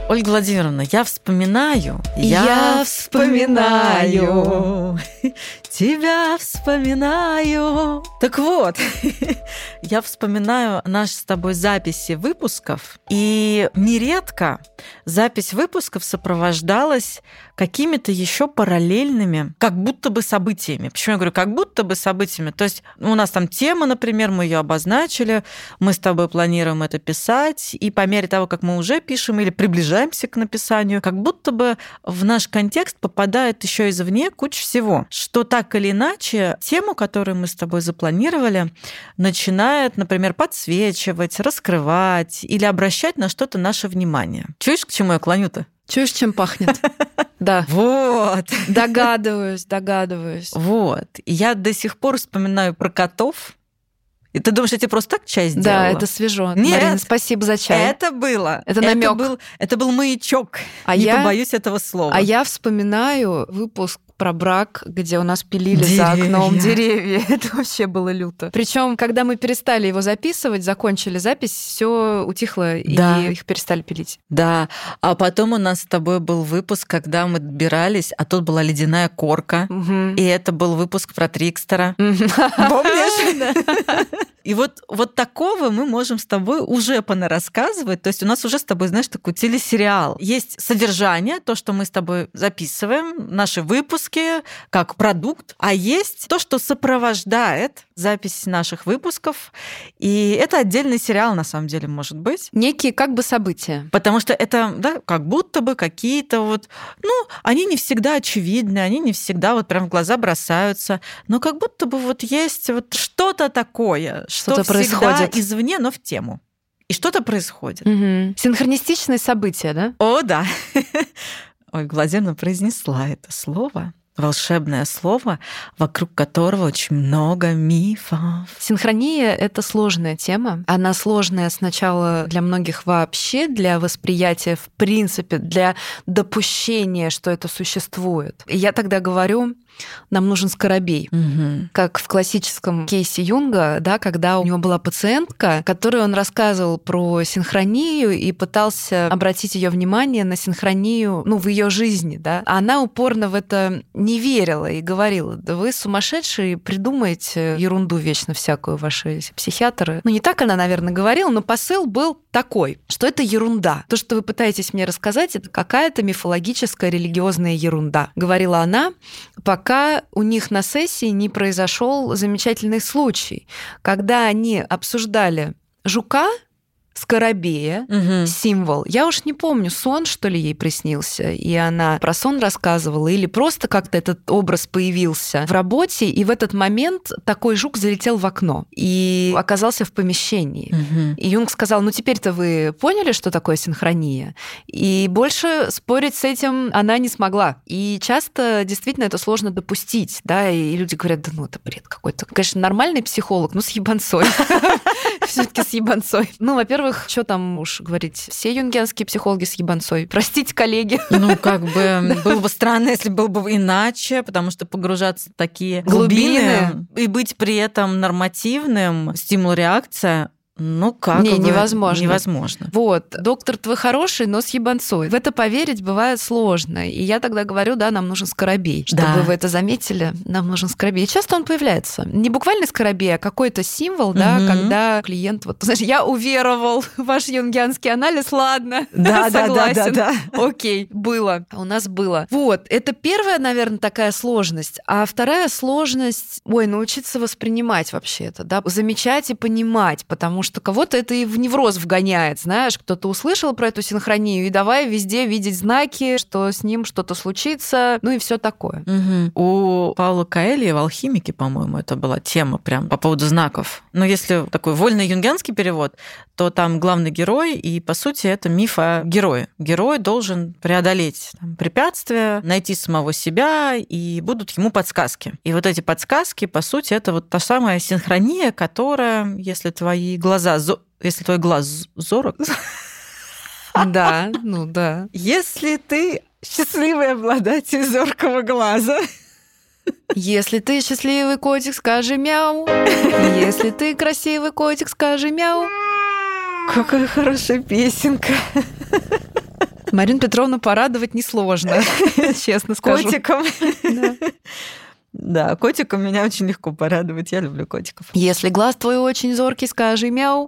Ольга Владимировна, я вспоминаю, тебя вспоминаю. Так вот, я вспоминаю наши с тобой записи выпусков, и нередко запись выпусков сопровождалась какими-то еще параллельными, как будто бы событиями. Почему я говорю как будто бы событиями? То есть у нас там тема, например, мы ее обозначили, мы с тобой планируем это писать, и по мере того, как мы уже пишем или приближаемся к написанию, как будто бы в наш контекст попадает еще извне куча всего, что так или иначе тему, которую мы с тобой запланировали, начинает, например, подсвечивать, раскрывать или обращать на что-то наше внимание. Чуешь, к чему я клоню-то? Чуешь, чем пахнет? Да. Вот. Догадываюсь. Вот. И я до сих пор вспоминаю про котов. И ты думаешь, я тебе просто так чай сделала? Да, это свежо. Нет, Марина, спасибо за чай. Это было. Это намек. Это был маячок. Не побоюсь этого слова. А я вспоминаю выпуск про брак, где у нас пилили за окном деревья. Это вообще было люто. Причем, когда мы перестали его записывать, закончили запись, все утихло, да. И их перестали пилить. Да. А потом у нас с тобой был выпуск, когда мы добирались, а тут была ледяная корка. Угу. И это был выпуск про Трикстера. Помнишь? И вот такого мы можем с тобой уже понарассказывать. То есть у нас уже с тобой, знаешь, такой телесериал. Есть содержание, то, что мы с тобой записываем, наши выпуски, как продукт, а есть то, что сопровождает запись наших выпусков. И это отдельный сериал, на самом деле, может быть. Некие как бы события. Потому что это, да, как будто бы какие-то вот... они не всегда очевидны, они не всегда вот прям в глаза бросаются, но как будто бы вот есть вот что-то такое, что происходит извне, но в тему. И что-то происходит. Угу. Синхронистичные события, да? О, да. Ой, Владимировна произнесла это слово. Волшебное слово, вокруг которого очень много мифов. Синхрония — это сложная тема. Она сложная сначала для многих вообще, для восприятия в принципе, для допущения, что это существует. И я тогда говорю, нам нужен скоробей. Угу. Как в классическом кейсе Юнга, да, когда у него была пациентка, которой он рассказывал про синхронию и пытался обратить ее внимание на синхронию, в ее жизни, да. А она упорно в это не верила и говорила: да вы сумасшедшие, придумаете ерунду вечно всякую, ваши психиатры. Не так она, наверное, говорила, но посыл был такой, что это ерунда. То, что вы пытаетесь мне рассказать, это какая-то мифологическая религиозная ерунда, говорила она, пока у них на сессии не произошел замечательный случай, когда они обсуждали жука, скоробея, символ. Я уж не помню, сон, что ли, ей приснился, и она про сон рассказывала, или просто как-то этот образ появился в работе, и в этот момент такой жук залетел в окно и оказался в помещении. И Юнг сказал: теперь-то вы поняли, что такое синхрония? И больше спорить с этим она не смогла. И часто действительно это сложно допустить, да, и люди говорят: да это бред какой-то. Конечно, нормальный психолог, с ебанцой. Все-таки с ебанцой. Во-первых, что там уж говорить, все юнгианские психологи с ебанцой. Простите, коллеги. Было бы странно, если было бы иначе, потому что погружаться в такие глубины и быть при этом нормативным, стимул-реакция, невозможно. Вот, доктор твой хороший, но с ебанцой. В это поверить бывает сложно. И я тогда говорю, да, нам нужен скоробей. Чтобы вы это заметили, нам нужен скоробей. И часто он появляется. Не буквально скоробей, а какой-то символ, да, когда клиент, я уверовал в ваш юнгианский анализ, ладно, согласен. Да. Окей, было. У нас было. Вот, это первая, наверное, такая сложность. А вторая сложность, научиться воспринимать вообще это, да, замечать и понимать, потому что кого-то это и в невроз вгоняет, знаешь, кто-то услышал про эту синхронию и давай везде видеть знаки, что с ним что-то случится, и все такое. У Паула Коэльо в «Алхимике», по-моему, это была тема прям по поводу знаков. Но если такой вольный юнгианский перевод, то там главный герой, и, по сути, это миф о герое. Герой должен преодолеть препятствия, найти самого себя, и будут ему подсказки. И вот эти подсказки, по сути, это вот та самая синхрония, которая, если твой глаз зорок... Да, да. Если ты счастливый обладатель зоркого глаза... Если ты счастливый котик, скажи мяу. Если ты красивый котик, скажи мяу. Какая хорошая песенка. Марину Петровну порадовать несложно, честно скажу. Котиком. Да, котиком меня очень легко порадовать. Я люблю котиков. Если глаз твой очень зоркий, скажи мяу.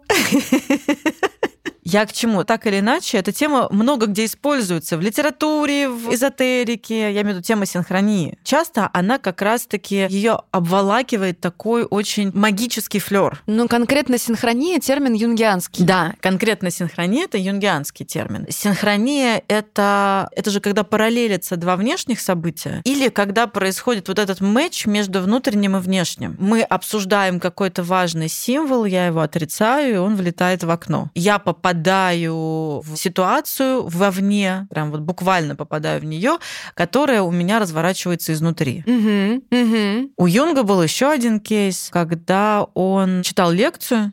Я к чему? Так или иначе, эта тема много где используется. В литературе, в эзотерике, я имею в виду тема синхронии. Часто она как раз-таки ее обволакивает такой очень магический флёр. Ну, конкретно синхрония — термин юнгианский. Да, конкретно синхрония — это юнгианский термин. Синхрония — это же когда параллелятся два внешних события, или когда происходит вот этот матч между внутренним и внешним. Мы обсуждаем какой-то важный символ, я его отрицаю, и он влетает в окно. Я попадаю в ситуацию вовне, прям вот буквально попадаю в нее, которая у меня разворачивается изнутри. У Юнга был еще один кейс, когда он читал лекцию,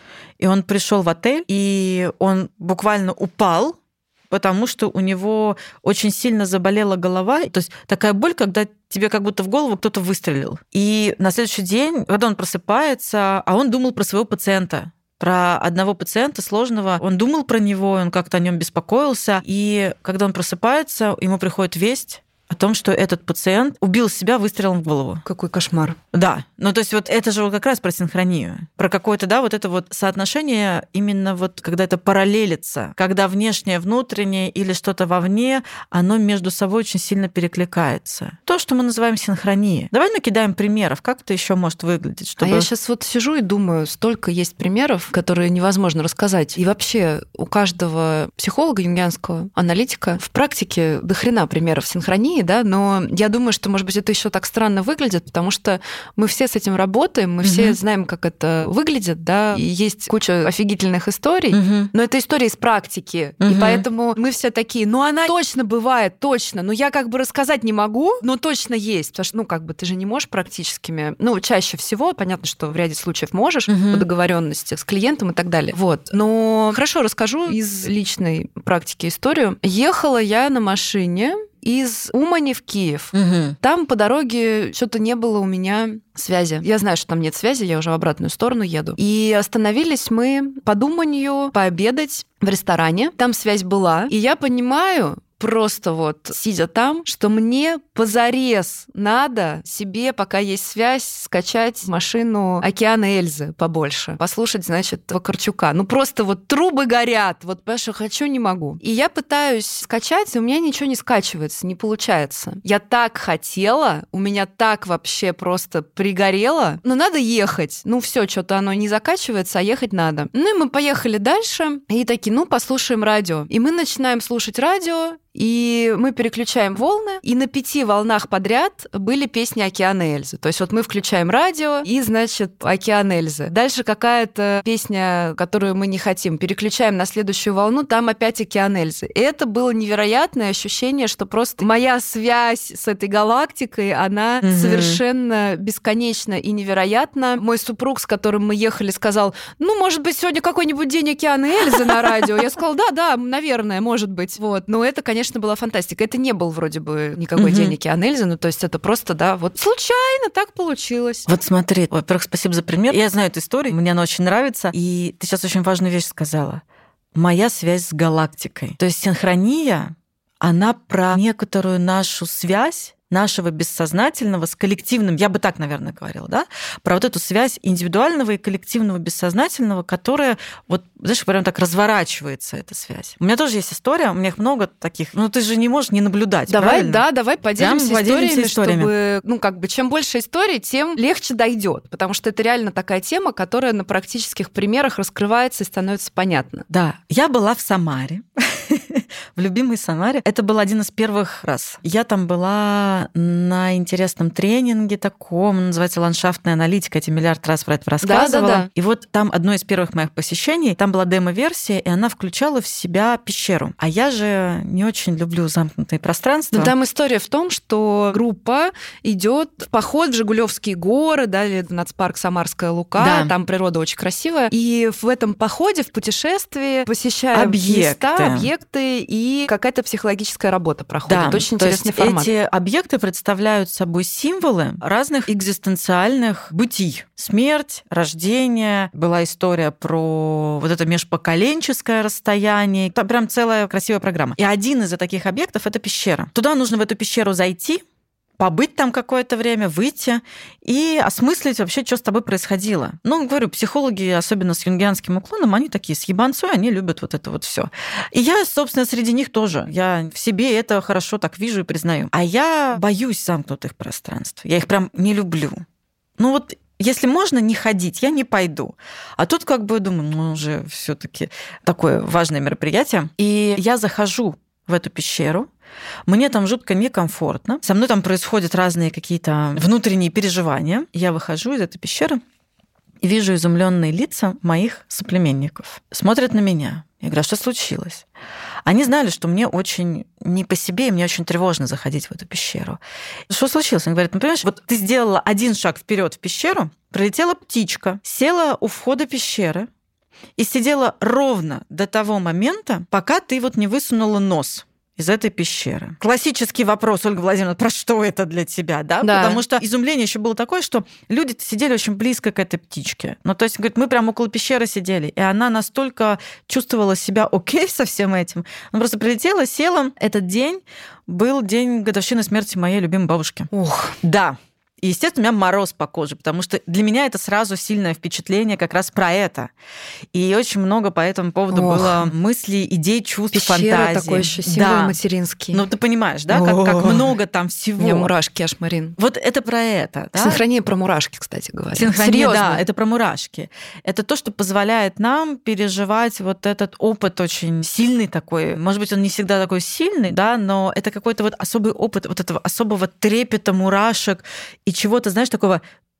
и он пришел в отель, и он буквально упал, потому что у него очень сильно заболела голова. То есть такая боль, когда тебе как будто в голову кто-то выстрелил. И на следующий день, когда он просыпается, а он думал про своего пациента, про одного пациента сложного. Он думал про него, он как-то о нем беспокоился. И когда он просыпается, ему приходит весть о том, что этот пациент убил себя выстрелом в голову. Какой кошмар. Да. Ну, то есть вот это же как раз про синхронию. Про какое-то, да, вот это вот соотношение именно вот когда это параллелится, когда внешнее, внутреннее или что-то вовне, оно между собой очень сильно перекликается. То, что мы называем синхронией. Давай накидаем примеров, как это еще может выглядеть. Чтобы... А я сейчас вот сижу и думаю, столько есть примеров, которые невозможно рассказать. И вообще у каждого психолога юнгианского, аналитика в практике дохрена примеров синхронии, да, но я думаю, что, может быть, это еще так странно выглядит, потому что мы все с этим работаем, мы все знаем, как это выглядит, да, и есть куча офигительных историй, но это истории из практики, и поэтому мы все такие, ну, она точно бывает, точно, но я как бы рассказать не могу, но точно есть, потому что, ну, как бы ты же не можешь практическими, ну, чаще всего, понятно, что в ряде случаев можешь по договоренности с клиентом и так далее, вот, но хорошо, расскажу из личной практики историю. Ехала я на машине из Умани в Киев. Там по дороге что-то не было у меня связи. Я знаю, что там нет связи, я уже в обратную сторону еду. И остановились мы под Уманью пообедать в ресторане. Там связь была. И я понимаю, просто вот сидя там, что мне позарез надо себе, пока есть связь, скачать машину «Океана Эльзы» побольше, послушать, значит, Вакарчука. Ну просто вот трубы горят, вот потому что хочу, не могу. И я пытаюсь скачать, и у меня ничего не скачивается, не получается. Я так хотела, у меня так вообще просто пригорело, но надо ехать. Ну все, что-то оно не закачивается, а ехать надо. Ну и мы поехали дальше, и такие, ну послушаем радио. И мы начинаем слушать радио, и мы переключаем волны, и на 5 волнах подряд были песни «Океана Эльзы». То есть вот мы включаем радио, и, значит, «Океан Эльзы». Дальше какая-то песня, которую мы не хотим. Переключаем на следующую волну, там опять «Океан Эльзы». И это было невероятное ощущение, что просто моя связь с этой галактикой, она совершенно бесконечна и невероятна. Мой супруг, с которым мы ехали, сказал, ну, может быть, сегодня какой-нибудь день «Океана Эльзы» на радио. Я сказала, да, наверное, может быть. Вот. Но это, конечно, была фантастика. Это не был вроде бы никакой день «Океан Эльзы», ну, то есть это просто, да, вот случайно так получилось. Вот смотри, во-первых, спасибо за пример. Я знаю эту историю, мне она очень нравится, и ты сейчас очень важную вещь сказала. Моя связь с галактикой. То есть синхрония, она про некоторую нашу связь нашего бессознательного с коллективным, я бы так, наверное, говорила, да, про вот эту связь индивидуального и коллективного бессознательного, которая, вот, знаешь, прям так разворачивается, эта связь. У меня тоже есть история, у меня их много таких, ну, ты же не можешь не наблюдать, давай, правильно? Да, давай поделимся историями, историями, чтобы, ну, как бы, чем больше историй, тем легче дойдет, потому что это реально такая тема, которая на практических примерах раскрывается и становится понятно. Да, я была в Самаре, в любимой Самаре. Это был один из первых раз. Я там была на интересном тренинге таком, называется «Ландшафтная аналитика», я тебе миллиард раз про это рассказывала. Да. И вот там одно из первых моих посещений, там была демо-версия, и она включала в себя пещеру. А я же не очень люблю замкнутые пространства. Но там история в том, что группа идет в поход в Жигулевские горы, да, или нацпарк Самарская Лука, да. Там природа очень красивая. И в этом походе, в путешествии посещаем объекты, и какая-то психологическая работа проходит. Да, очень интересный формат. Эти объекты представляют собой символы разных экзистенциальных бытий. Смерть, рождение. Была история про вот это межпоколенческое расстояние. Там прям целая красивая программа. И один из таких объектов — это пещера. Туда нужно, в эту пещеру, зайти, побыть там какое-то время, выйти и осмыслить вообще, что с тобой происходило. Ну, говорю, психологи, особенно с юнгианским уклоном, они такие с ебанцой, они любят вот это вот все. И я, собственно, среди них тоже. Я в себе это хорошо так вижу и признаю. А я боюсь замкнутых пространств. Я их прям не люблю. Ну вот если можно не ходить, я не пойду. А тут как бы думаю, ну уже все-таки такое важное мероприятие. И я захожу в эту пещеру. Мне там жутко некомфортно. Со мной там происходят разные какие-то внутренние переживания. Я выхожу из этой пещеры и вижу изумленные лица моих соплеменников. Смотрят на меня. Я говорю, а что случилось? Они знали, что мне очень не по себе, и мне очень тревожно заходить в эту пещеру. Что случилось? Они говорят, ну, понимаешь, вот ты сделала один шаг вперед в пещеру, прилетела птичка, села у входа пещеры и сидела ровно до того момента, пока ты вот не высунула нос из этой пещеры. Классический вопрос, Ольга Владимировна, про что это для тебя, да? Потому что изумление еще было такое, что люди сидели очень близко к этой птичке. Ну, то есть, говорит, мы прямо около пещеры сидели, и она настолько чувствовала себя окей со всем этим. Она просто прилетела, села. Этот день был день годовщины смерти моей любимой бабушки. Ух. Да. И, естественно, у меня мороз по коже, потому что для меня это сразу сильное впечатление как раз про это. И очень много по этому поводу было мыслей, идей, чувств, пещера фантазий. Такой еще символ материнский. Ну, ты понимаешь, да, как много там всего. У меня мурашки аж, Марин. Вот это про это. Да? Синхрония про мурашки, кстати говоря. Синхрония, серьезно. Да, это про мурашки. Это то, что позволяет нам переживать вот этот опыт очень сильный такой. Может быть, он не всегда такой сильный, да, но это какой-то вот особый опыт вот этого особого трепета мурашек и чего-то, знаешь, такого...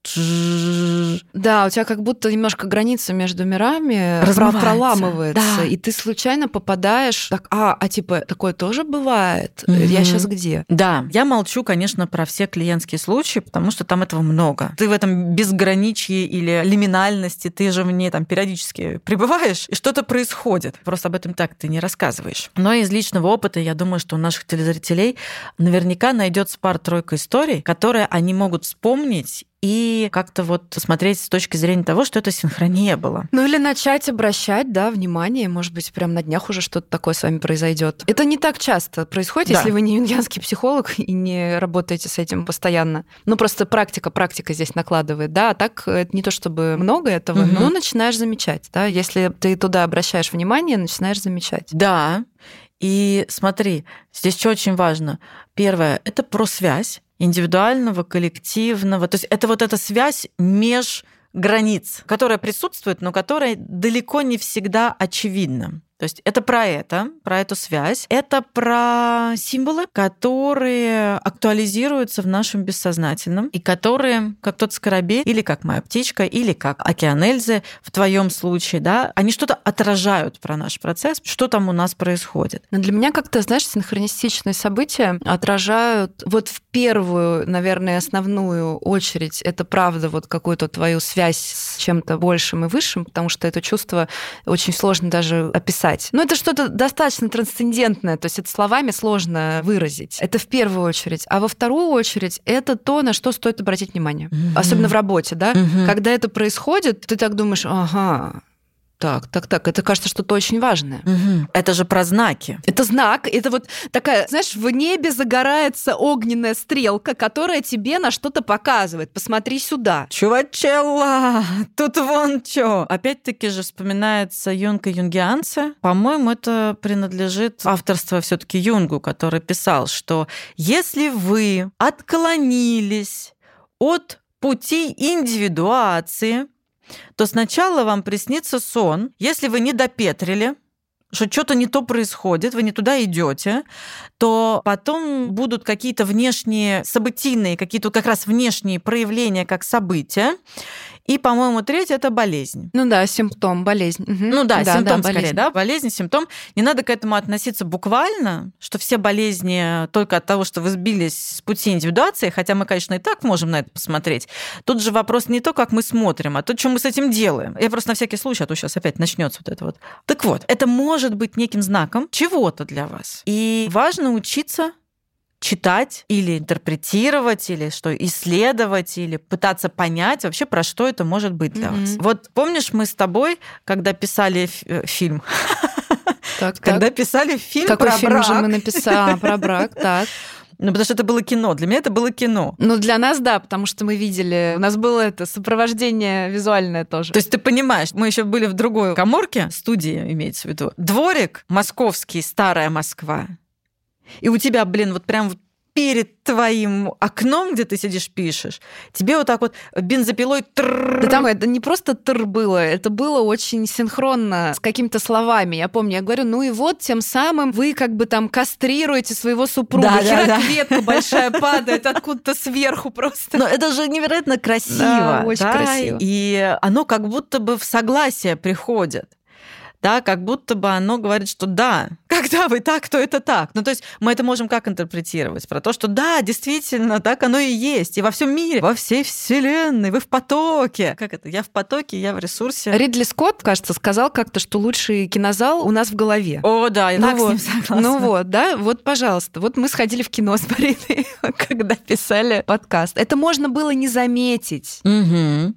Да, у тебя как будто немножко граница между мирами проламывается, да. И ты случайно попадаешь, так, типа, такое тоже бывает? Я сейчас где? Да, я молчу, конечно, про все клиентские случаи, потому что там этого много. Ты в этом безграничье или лиминальности, ты же в ней там периодически пребываешь, и что-то происходит. Просто об этом так ты не рассказываешь. Но из личного опыта, я думаю, что у наших телезрителей наверняка найдется пара-тройка историй, которые они могут вспомнить и как-то вот смотреть с точки зрения того, что это синхрония была. Ну или начать обращать, да, внимание, может быть, прям на днях уже что-то такое с вами произойдет. Это не так часто происходит, если вы не юнгианский психолог и не работаете с этим постоянно. Ну просто практика здесь накладывает, да, а так это не то чтобы много этого, но начинаешь замечать, да, если ты туда обращаешь внимание, начинаешь замечать. Да, и смотри, здесь что очень важно. Первое, это про связь индивидуального, коллективного. То есть это вот эта связь меж границ, которая присутствует, но которая далеко не всегда очевидна. То есть это про эту связь. Это про символы, которые актуализируются в нашем бессознательном и которые, как тот скоробей, или как моя птичка, или как океан Эльзы в твоем случае, да, они что-то отражают про наш процесс, что там у нас происходит. Но для меня как-то, знаешь, синхронистичные события отражают вот в первую, наверное, основную очередь, это правда вот какую-то твою связь с чем-то большим и высшим, потому что это чувство очень сложно даже описать. Но это что-то достаточно трансцендентное, то есть это словами сложно выразить. Это в первую очередь. А во вторую очередь это то, на что стоит обратить внимание. Особенно в работе, да? Когда это происходит, ты так думаешь, Так. Это, кажется, что-то очень важное. Это же про знаки. Это знак. Это вот такая, знаешь, в небе загорается огненная стрелка, которая тебе на что-то показывает. Посмотри сюда. Чувачелла, тут вон чё. Опять-таки же вспоминается Юнг и юнгианцы. По-моему, это принадлежит авторство все-таки Юнгу, который писал, что если вы отклонились от пути индивидуации, то сначала вам приснится сон, если вы не допетрили, что что-то не то происходит, вы не туда идете, то потом будут какие-то внешние событийные, какие-то как раз внешние проявления как события, И, по-моему, третье – это болезнь. Ну да, симптом, болезнь. Угу. Ну да, симптом скорее, болезнь. да, болезнь, симптом. Не надо к этому относиться буквально, что все болезни только от того, что вы сбились с пути индивидуации, хотя мы, конечно, и так можем на это посмотреть. Тут же вопрос не то, как мы смотрим, а то, что мы с этим делаем. Я просто на всякий случай, а то сейчас опять начнется вот это вот. Так вот, это может быть неким знаком чего-то для вас. И важно учиться читать или интерпретировать, или что, исследовать, или пытаться понять вообще, про что это может быть для вас. Вот помнишь, мы с тобой, когда писали фильм... Когда писали фильм Какой про фильм брак. уже мы написали? Про брак, так. Ну, потому что это было кино. Для меня это было кино. Ну, для нас, да, потому что мы видели... У нас было это сопровождение визуальное тоже. То есть ты понимаешь, мы еще были в другой каморке, студии имеется в виду. Дворик московский, старая Москва. И у тебя, вот прям перед твоим окном, где ты сидишь, пишешь, тебе вот так вот бензопилой... Да там это не просто было, это было очень синхронно с какими-то словами. Я помню, я говорю, ну и вот тем самым вы как бы там кастрируете своего супруга. Да. Ветка большая падает откуда-то сверху просто. Но это же невероятно красиво. Да, очень красиво. И оно как будто бы в согласие приходит. Да, как будто бы оно говорит, что да, когда вы так, то это так. Ну, то есть мы это можем как интерпретировать? Про то, что да, действительно, так оно и есть. И во всем мире, во всей вселенной, вы в потоке. Как это? Я в потоке, я в ресурсе. Ридли Скотт, кажется, сказал как-то, что лучший кинозал у нас в голове. О, да, я так с ним согласна. Ну вот, да, вот, пожалуйста. Вот мы сходили в кино с Мариной, когда писали подкаст. Это можно было не заметить. Угу.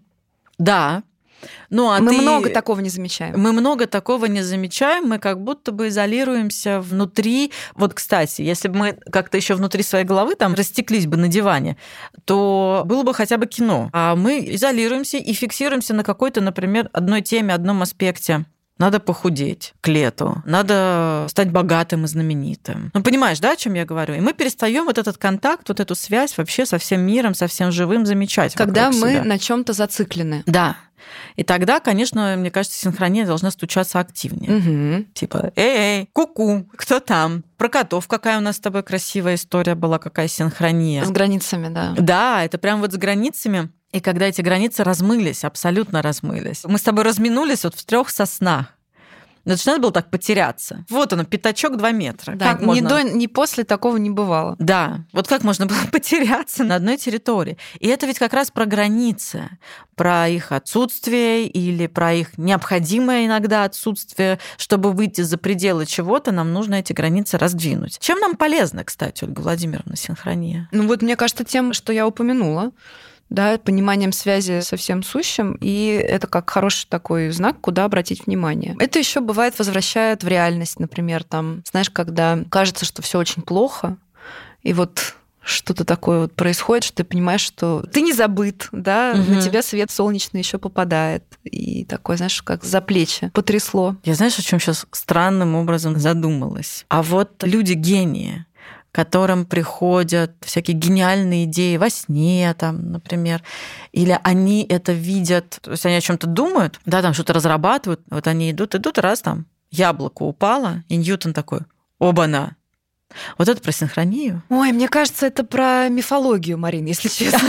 Да. Ну, мы много такого не замечаем. Мы много такого не замечаем, мы как будто бы изолируемся внутри. Вот, кстати, если бы мы как-то еще внутри своей головы там растеклись бы на диване, то было бы хотя бы кино. А мы изолируемся и фиксируемся на какой-то, например, одной теме, одном аспекте. Надо похудеть к лету, надо стать богатым и знаменитым. Ну, понимаешь, да, о чем я говорю? И мы перестаем вот этот контакт, вот эту связь вообще со всем миром, со всем живым замечать. Когда мы на чем-то зациклены. Да. И тогда, конечно, мне кажется, синхрония должна стучаться активнее. Угу. Типа, эй, ку-ку, кто там? Про котов какая у нас с тобой красивая история была, какая синхрония. С границами, да. Да, это прям вот с границами. И когда эти границы размылись, абсолютно размылись. Мы с тобой разминулись вот в 3 соснах. Это же надо было так потеряться. Вот оно, пятачок 2 метра. Да, как можно... ни после такого не бывало. Да, вот как можно было потеряться на одной территории. И это ведь как раз про границы, про их отсутствие или про их необходимое иногда отсутствие. Чтобы выйти за пределы чего-то, нам нужно эти границы раздвинуть. Чем нам полезна, кстати, Ольга Владимировна, синхрония? Ну вот, мне кажется, тем, что я упомянула, да, пониманием связи со всем сущим, и это как хороший такой знак, куда обратить внимание. Это еще бывает возвращает в реальность, например, там, знаешь, когда кажется, что все очень плохо, и вот что-то такое вот происходит, что ты понимаешь, что ты не забыт, да, на тебя свет солнечный еще попадает, и такое, знаешь, как за плечи потрясло. Я, знаешь, о чем сейчас странным образом задумалась? А вот люди-гении, которым приходят всякие гениальные идеи во сне, там, например, или они это видят, то есть они о чем-то думают, да, там что-то разрабатывают, вот они идут, и раз там яблоко упало, и Ньютон такой, оба-на. Вот это про синхронию. Ой, мне кажется, это про мифологию, Марин, если честно.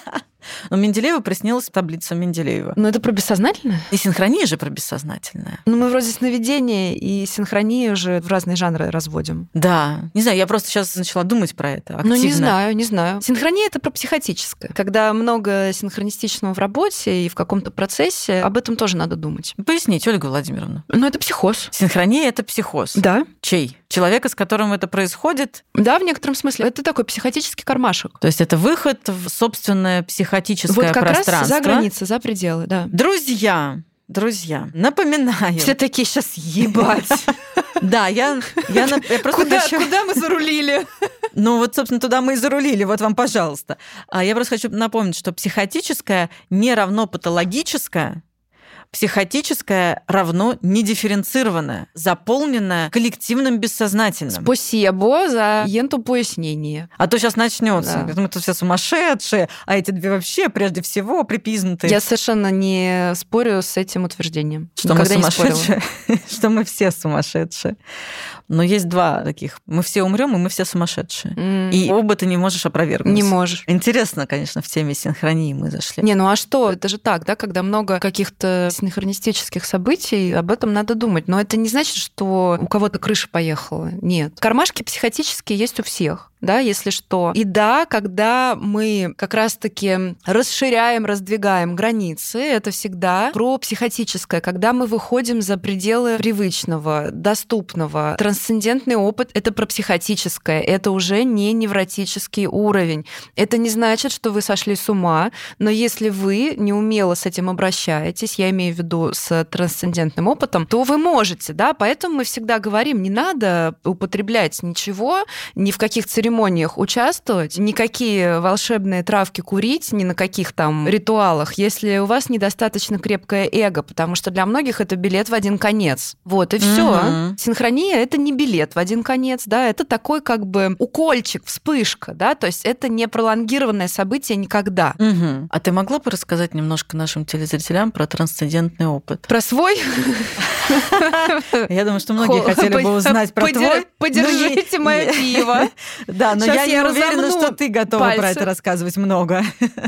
Но Менделееву приснилась таблица Менделеева. Но это про бессознательное? И синхрония же про бессознательное. Ну, мы вроде сновидения и синхронию уже в разные жанры разводим. Да. Не знаю, я просто сейчас начала думать про это активно. Ну, не знаю. Синхрония — это про психотическое. Когда много синхронистичного в работе и в каком-то процессе, об этом тоже надо думать. Поясните, Ольга Владимировна. Ну, это психоз. Синхрония — это психоз. Да. Чей? Человека, с которым это происходит? Да, в некотором смысле. Это такой психотический кармашек. То есть это выход в собственное психотическое вот как пространство. Раз за границы, за пределы, да. Друзья, напоминаю. Все такие сейчас ебать. Да, я просто хочу... Куда мы зарулили? Ну вот, собственно, туда мы и зарулили. Вот вам, пожалуйста. Я просто хочу напомнить, что психотическое не равно патологическое, Психотическое равно недифференцированное, заполненное коллективным бессознательным. Спасибо за енту пояснение. А то сейчас начнется. Мы тут все сумасшедшие, а эти две вообще прежде всего припизнутые. Я совершенно не спорю с этим утверждением. Что мы сумасшедшие, что мы все сумасшедшие. Но есть два таких. Мы все умрем, и мы все сумасшедшие. И оба ты не можешь опровергнуть. Не можешь. Интересно, конечно, в теме синхронии мы зашли. Не, ну а что? Это же так, да, когда много каких-то синхронистических событий, об этом надо думать. Но это не значит, что у кого-то крыша поехала. Нет. Кармашки психотические есть у всех, да, если что. И да, когда мы как раз-таки расширяем, раздвигаем границы, это всегда про психотическое. Когда мы выходим за пределы привычного, доступного, трансцендентный опыт — это про психотическое. Это уже не невротический уровень. Это не значит, что вы сошли с ума, но если вы неумело с этим обращаетесь, я имею в виду с трансцендентным опытом, то вы можете, да, поэтому мы всегда говорим, не надо употреблять ничего, ни в каких церемониях участвовать, никакие волшебные травки курить, ни на каких там ритуалах, если у вас недостаточно крепкое эго, потому что для многих это билет в один конец. Вот, и все. Синхрония — это не билет в один конец, да, это такой как бы укольчик, вспышка, да, то есть это не пролонгированное событие никогда. А ты могла бы рассказать немножко нашим телезрителям про трансцендентный опыт? Про свой? Я думаю, что многие хотели бы узнать про твой. Подержите мое пиво. Да, но я не уверена, что ты готова про это рассказывать много.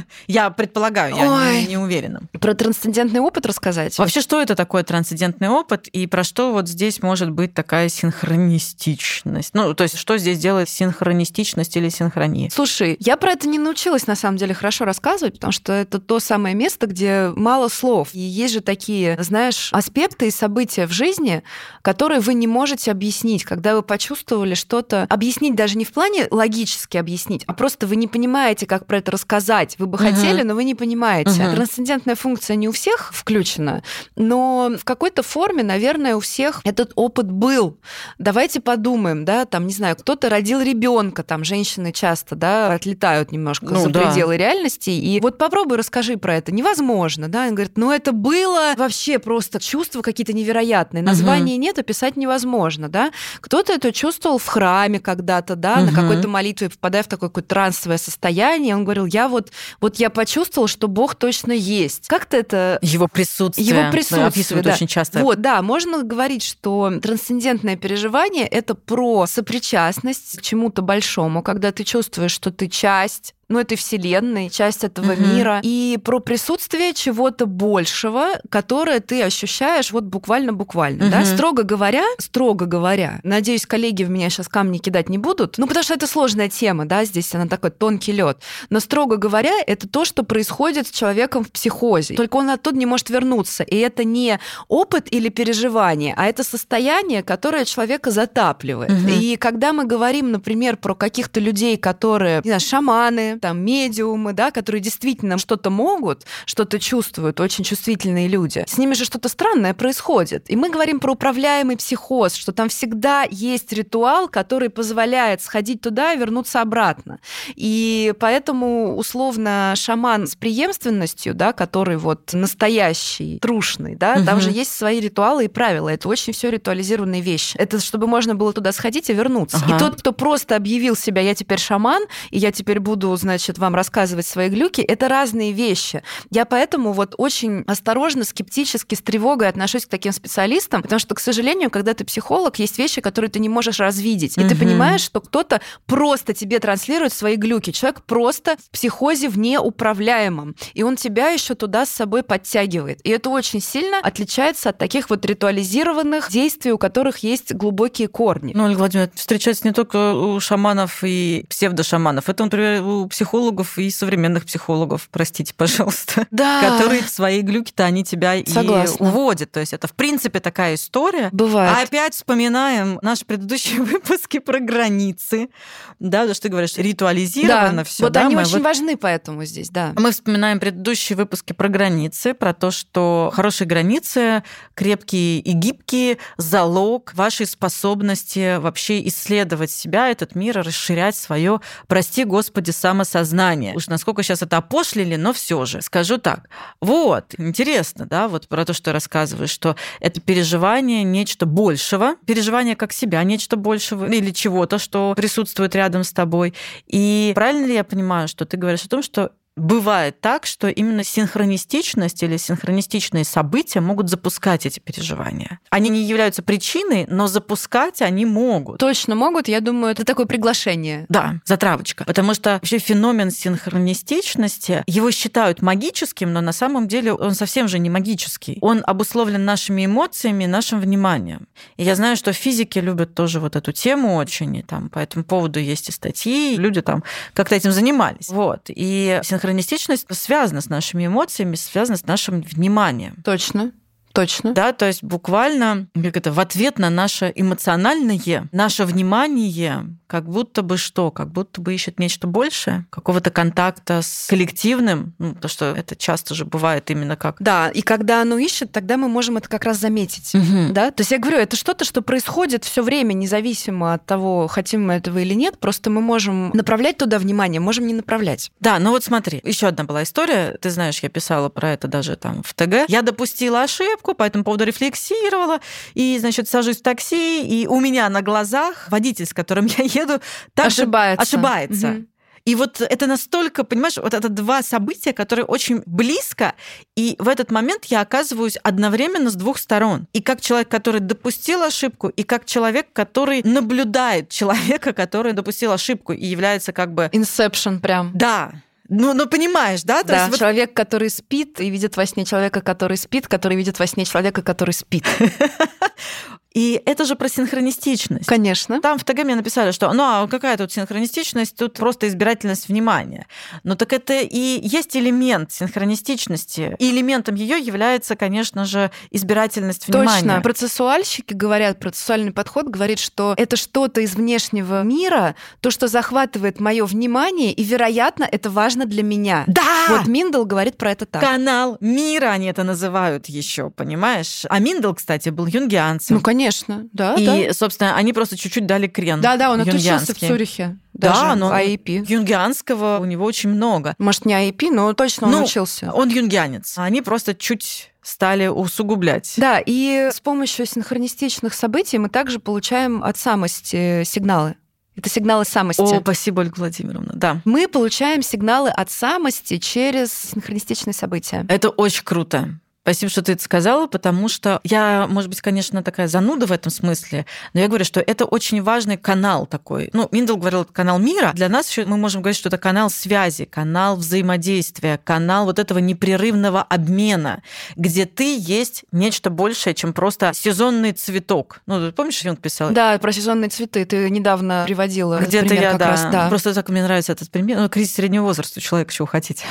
Я предполагаю, я не уверена. Про трансцендентный опыт рассказать? Вообще, что это такое трансцендентный опыт и про что вот здесь может быть такая синхронистичность? Ну, то есть, что здесь делает синхронистичность или синхрония? Слушай, я про это не научилась, на самом деле, хорошо рассказывать, потому что это то самое место, где мало слов. И есть же такие, знаешь, аспекты и события в жизни, которые вы не можете объяснить, когда вы почувствовали что-то. Объяснить даже не в плане логически объяснить, а просто вы не понимаете, как про это рассказать. Вы бы хотели, но вы не понимаете. Трансцендентная функция не у всех включена, но в какой-то форме, наверное, у всех этот опыт был. Давайте подумаем, да, там, не знаю, кто-то родил ребенка, там, женщины часто, да, отлетают немножко за пределы реальности, и вот попробуй расскажи про это. Невозможно, да, он говорит, ну это было вообще просто чувства какие-то невероятные, названия нет, описать невозможно, да. Кто-то это чувствовал в храме когда-то, да, на какой-то молитве, попадая в такое какое-то трансовое состояние, он говорил, я вот я почувствовал, что Бог точно есть. Как-то это... Его присутствие описывают очень часто. Вот, да, можно говорить, что трансцендентное переживание — это про сопричастность к чему-то большому, когда ты чувствуешь, что ты часть этой вселенной, часть этого мира, и про присутствие чего-то большего, которое ты ощущаешь вот буквально. Да? Строго говоря, надеюсь, коллеги в меня сейчас камни кидать не будут, потому что это сложная тема, да, здесь она такой тонкий лед. Но строго говоря, это то, что происходит с человеком в психозе. Только он оттуда не может вернуться. И это не опыт или переживание, а это состояние, которое человека затапливает. И когда мы говорим, например, про каких-то людей, которые, не знаю, шаманы, там, медиумы, да, которые действительно что-то могут, что-то чувствуют, очень чувствительные люди, с ними же что-то странное происходит. И мы говорим про управляемый психоз, что там всегда есть ритуал, который позволяет сходить туда и вернуться обратно. И поэтому, условно, шаман с преемственностью, да, который вот настоящий, трушный, да, там же есть свои ритуалы и правила. Это очень все ритуализированные вещи. Это чтобы можно было туда сходить и вернуться. И тот, кто просто объявил себя, я теперь шаман, и я теперь буду, значит, вам рассказывать свои глюки, это разные вещи. Я поэтому вот очень осторожно, скептически, с тревогой отношусь к таким специалистам, потому что, к сожалению, когда ты психолог, есть вещи, которые ты не можешь развидеть. И ты понимаешь, что кто-то просто тебе транслирует свои глюки. Человек просто в психозе внеуправляемом. И он тебя еще туда с собой подтягивает. И это очень сильно отличается от таких вот ритуализированных действий, у которых есть глубокие корни. Ну, Ольга Владимировна, встречается не только у шаманов и псевдошаманов. Это, например, у психологов и современных психологов, простите, пожалуйста, которые в свои глюки-то они тебя и уводят. То есть это, в принципе, такая история. Бывает. А опять вспоминаем наши предыдущие выпуски про границы. Да, потому что ты говоришь, ритуализировано все. Вот они очень важны поэтому здесь, да. Мы вспоминаем предыдущие выпуски про границы, про то, что хорошие границы, крепкие и гибкие, залог вашей способности вообще исследовать себя, этот мир, расширять свое, прости господи, самосознание. самосознание. Уж насколько сейчас это опошлили, но все же. Скажу так. Вот, интересно, да, вот про то, что ты рассказываешь, что это переживание нечто большего, переживание как себя, нечто большего или чего-то, что присутствует рядом с тобой. И правильно ли я понимаю, что ты говоришь о том, что бывает так, что именно синхронистичность или синхронистичные события могут запускать эти переживания. Они не являются причиной, но запускать они могут. Точно могут, я думаю, это такое приглашение. Да, затравочка. Потому что вообще феномен синхронистичности, его считают магическим, но на самом деле он совсем же не магический. Он обусловлен нашими эмоциями, нашим вниманием. И я знаю, что физики любят тоже вот эту тему очень, и там по этому поводу есть и статьи, люди там как-то этим занимались. Вот. И синхронистичность связана с нашими эмоциями, связана с нашим вниманием. Точно. Точно. Да, то есть буквально как это, в ответ на наше эмоциональное, наше внимание, как будто бы что? Как будто бы ищет нечто большее, какого-то контакта с коллективным, потому что это часто же бывает именно как... Да, и когда оно ищет, тогда мы можем это как раз заметить. Угу. Да? То есть я говорю, это что-то, что происходит все время, независимо от того, хотим мы этого или нет, просто мы можем направлять туда внимание, можем не направлять. Да, ну вот смотри, еще одна была история, ты знаешь, я писала про это даже там в ТГ. Я допустила ошибку, по этому поводу рефлексировала, и, значит, сажусь в такси, и у меня на глазах водитель, с которым я еду, ошибается. Угу. И вот это настолько, понимаешь, вот это два события, которые очень близко, и в этот момент я оказываюсь одновременно с двух сторон. И как человек, который допустил ошибку, и как человек, который наблюдает человека, который допустил ошибку и является как бы... Инсепшн прям. Да. Ну, понимаешь, да? То есть человек, который спит и видит во сне человека, который спит, который видит во сне человека, который спит. И это же про синхронистичность. Конечно. Там в ТГ мне написали, что а какая тут синхронистичность, тут просто избирательность внимания. Но так это и есть элемент синхронистичности. И элементом ее является, конечно же, избирательность внимания. Точно. Процессуальщики говорят, процессуальный подход говорит, что это что-то из внешнего мира, то, что захватывает мое внимание, и, вероятно, это важно для меня. Да! Вот Миндл говорит про это так. Канал мира они это называют еще, понимаешь? А Миндл, кстати, был юнгианцем. Ну, конечно, да. И, собственно, они просто чуть-чуть дали крен. Да, он отучился в Цюрихе. Да, но IAP. Юнгианского у него очень много. Может, не IAP, но точно он учился. Он юнгианец. Они просто чуть стали усугублять. Да, и с помощью синхронистичных событий мы также получаем от самости сигналы. Это сигналы самости. О, спасибо, Ольга Владимировна. Да. Мы получаем сигналы от самости через синхронистичные события. Это очень круто. Спасибо, что ты это сказала, потому что я, может быть, конечно, такая зануда в этом смысле, но я говорю, что это очень важный канал такой. Миндл говорил, это канал мира. Для нас еще мы можем говорить, что это канал связи, канал взаимодействия, канал вот этого непрерывного обмена, где ты есть нечто большее, чем просто сезонный цветок. Ты помнишь, Юнг писал? Да, про сезонные цветы ты недавно приводила. Где-то пример я, как да. раз, да. Просто так мне нравится этот пример. Кризис среднего возраста у человека, чего хотите.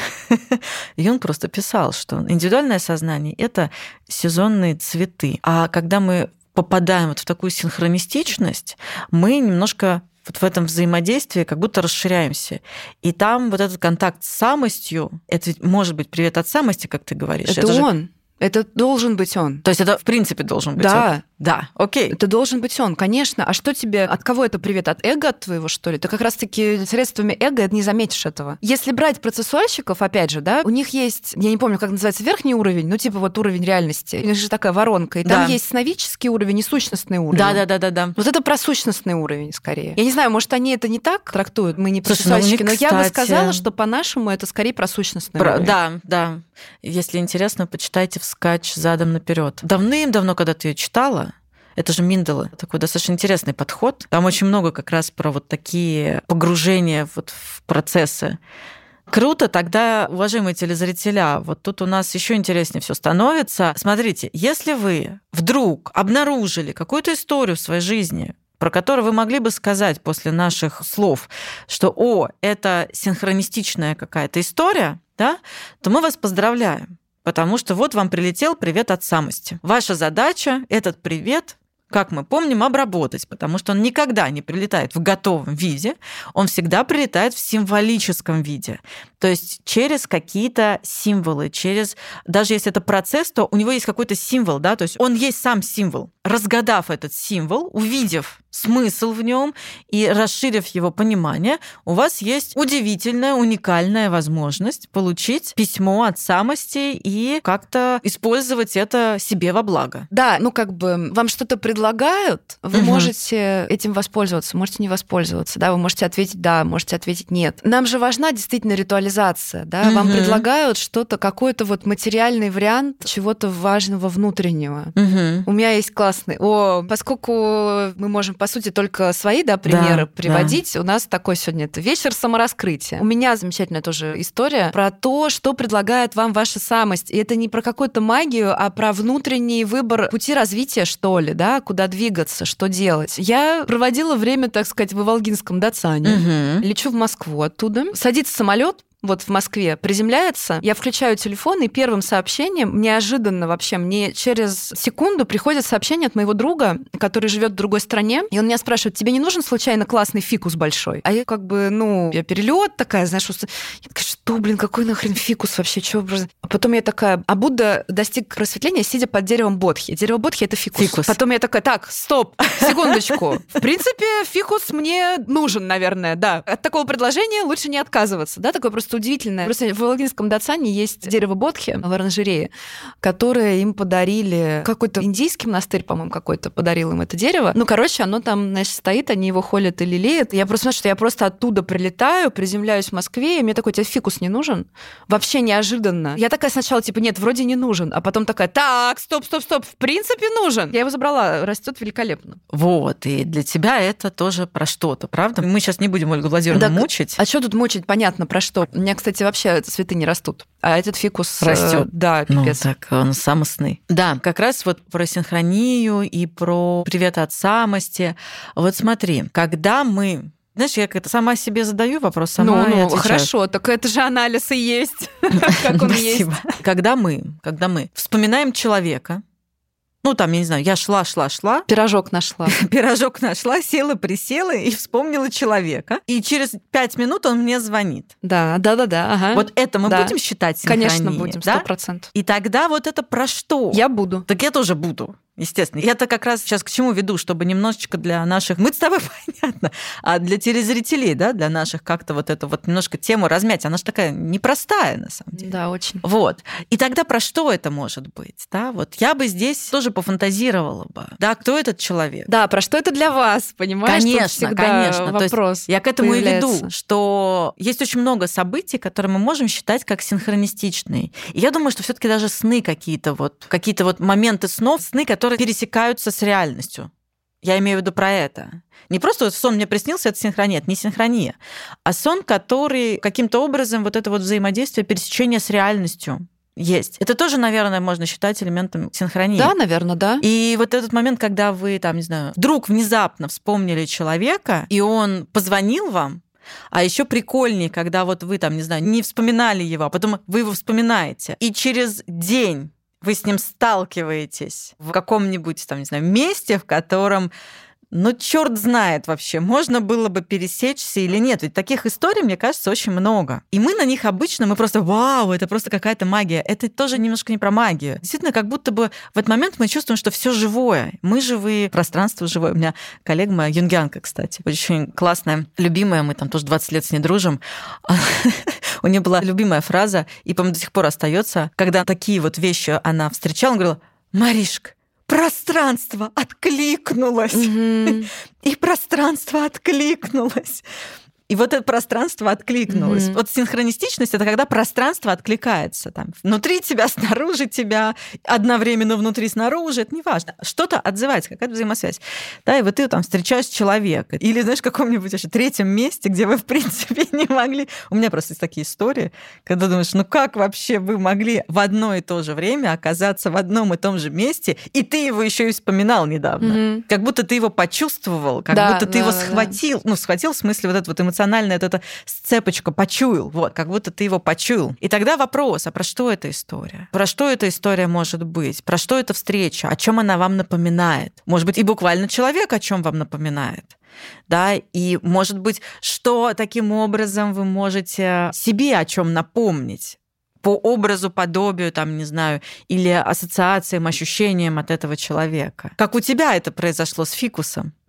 Юнг просто писал, что индивидуальное сознание — это сезонные цветы. А когда мы попадаем вот в такую синхронистичность, мы немножко вот в этом взаимодействии как будто расширяемся. И там вот этот контакт с самостью, это ведь может быть привет от самости, как ты говоришь. Это он. Это должен быть он. То есть это в принципе должен быть он? Да, окей. Это должен быть он, конечно. А что тебе, от кого это привет? От эго от твоего, что ли? Ты как раз-таки средствами эго не заметишь этого. Если брать процессуальщиков, опять же, да, у них есть, я не помню, как называется, верхний уровень, вот уровень реальности. У них же такая воронка. И там есть сновидческий уровень и сущностный уровень. Да. Вот это про сущностный уровень скорее. Я не знаю, может, они это не так трактуют, мы не процессуальщики, но я бы сказала, что по-нашему это скорее про сущностный уровень. Да. Если интересно, почитайте «Вскачь задом наперед». Давным-давно, когда ты ее читала, это же Миндела, такой достаточно интересный подход. Там очень много как раз про вот такие погружения вот в процессы. Круто, тогда, уважаемые телезрителя, вот тут у нас еще интереснее все становится. Смотрите, если вы вдруг обнаружили какую-то историю в своей жизни, про которую вы могли бы сказать после наших слов, что это синхронистичная какая-то история, да, то мы вас поздравляем, потому что вот вам прилетел привет от самости. Ваша задача этот привет, как мы помним, обработать, потому что он никогда не прилетает в готовом виде, он всегда прилетает в символическом виде. То есть через какие-то символы, даже если это процесс, то у него есть какой-то символ, да, то есть он есть сам символ. Разгадав этот символ, увидев смысл в нем и расширив его понимание, у вас есть удивительная, уникальная возможность получить письмо от самости и как-то использовать это себе во благо. Да, вам что-то предлагают, вы можете этим воспользоваться, можете не воспользоваться, да, вы можете ответить да, можете ответить нет. Нам же важна действительно ритуализация, да, вам предлагают что-то, какой-то вот материальный вариант чего-то важного внутреннего. У меня есть классный. Поскольку мы можем, по сути, только свои, да, примеры приводить, у нас такой сегодня это вечер самораскрытия. У меня замечательная тоже история про то, что предлагает вам ваша самость. И это не про какую-то магию, а про внутренний выбор пути развития, что ли, да, куда двигаться, что делать. Я проводила время, так сказать, в Иволгинском Дацане. Лечу в Москву оттуда. Садится самолет, вот в Москве, приземляется, я включаю телефон, и первым сообщением, неожиданно вообще, мне через секунду приходит сообщение от моего друга, который живет в другой стране, и он меня спрашивает: тебе не нужен случайно классный фикус большой? А я я перелет такая, знаешь, я такая: что, какой нахрен фикус вообще? Чё? А потом я такая: а Будда достиг просветления, сидя под деревом бодхи. Дерево бодхи — это фикус. Потом я такая: так, стоп, секундочку. В принципе, фикус мне нужен, наверное, да. От такого предложения лучше не отказываться, да, такое просто удивительное. Просто в Иволгинском Дацане есть дерево бодхи в оранжерее, которое им подарили, какой-то индийский монастырь, по-моему, какой-то подарил им это дерево. Оно там, значит, стоит, они его холят и лелеют. Я просто знаю, что я просто оттуда прилетаю, приземляюсь в Москве, и мне такой: тебе фикус не нужен? Вообще неожиданно. Я такая сначала, нет, вроде не нужен, а потом такая: так, стоп, в принципе нужен. Я его забрала, растет великолепно. Вот, и для тебя это тоже про что-то, правда? Мы сейчас не будем Ольгу Владимировну мучить. А что тут мучить? Понятно, про что. У меня, кстати, вообще цветы не растут, а этот фикус растет. Да, пипец. Так он самостный. Да, как раз вот про синхронию и про привет от самости. Вот смотри, когда мы... Знаешь, я как-то сама себе задаю вопрос, сама и отвечаю. Хорошо, так это же анализ и есть, как он есть. Когда мы вспоминаем человека, я не знаю, я шла. Пирожок нашла, села, присела и вспомнила человека. И через 5 минут он мне звонит. Да, ага. Вот это мы будем считать синхронией? Конечно, будем, 100%. И тогда вот это про что? Я буду. Так я тоже буду. Естественно. Я-то как раз сейчас к чему веду, чтобы немножечко для наших... Мы с тобой понятно, а для телезрителей, да, для наших как-то вот эту вот немножко тему размять. Она же такая непростая, на самом деле. Да, очень. Вот. И тогда про что это может быть? Да? Вот я бы здесь тоже пофантазировала бы. Да, кто этот человек? Да, про что это для вас, понимаешь? Конечно. Вопрос. То есть я к этому появляется. И веду, что есть очень много событий, которые мы можем считать как синхронистичные. И я думаю, что все-таки даже сны какие-то моменты снов, сны, которые пересекаются с реальностью. Я имею в виду про это. Не просто вот сон мне приснился, это синхрония, это не синхрония, а сон, который каким-то образом вот это вот взаимодействие, пересечение с реальностью есть. Это тоже, наверное, можно считать элементом синхронии. Да, наверное, да. И вот этот момент, когда вы, вдруг внезапно вспомнили человека, и он позвонил вам, а еще прикольнее, когда вот вы, не вспоминали его, а потом вы его вспоминаете, и через день вы с ним сталкиваетесь в каком-нибудь, месте, в котором, черт знает вообще, можно было бы пересечься или нет. Ведь таких историй, мне кажется, очень много. И мы на них обычно, мы просто: вау, это просто какая-то магия. Это тоже немножко не про магию. Действительно, как будто бы в этот момент мы чувствуем, что все живое. Мы живые, пространство живое. У меня коллега моя, юнгианка, кстати, очень классная, любимая, мы тоже 20 лет с ней дружим. У нее была любимая фраза, и, по-моему, до сих пор остается, когда такие вот вещи она встречала, она говорила: Маришка, пространство откликнулось. И пространство откликнулось. И вот это пространство откликнулось. Вот синхронистичность — это когда пространство откликается. Внутри тебя, снаружи тебя, одновременно внутри, снаружи. Это не важно. Что-то отзывается, какая-то взаимосвязь. Да, и вот ты встречаешь человека. Или, знаешь, в каком-нибудь еще третьем месте, где вы, в принципе, не могли... У меня просто есть такие истории, когда думаешь: как вообще вы могли в одно и то же время оказаться в одном и том же месте, и ты его еще и вспоминал недавно. Как будто ты его почувствовал, как будто ты его схватил. Схватил в смысле вот это вот эмоциональное, эта сцепочка, почуял, как будто ты его почуял. И тогда вопрос: а про что эта история? Про что эта история может быть? Про что эта встреча? О чем она вам напоминает? Может быть, и буквально человек о чем вам напоминает? Да, и, может быть, что таким образом вы можете себе о чем напомнить? По образу, подобию, или ассоциациям, ощущениям от этого человека. Как у тебя это произошло с фикусом?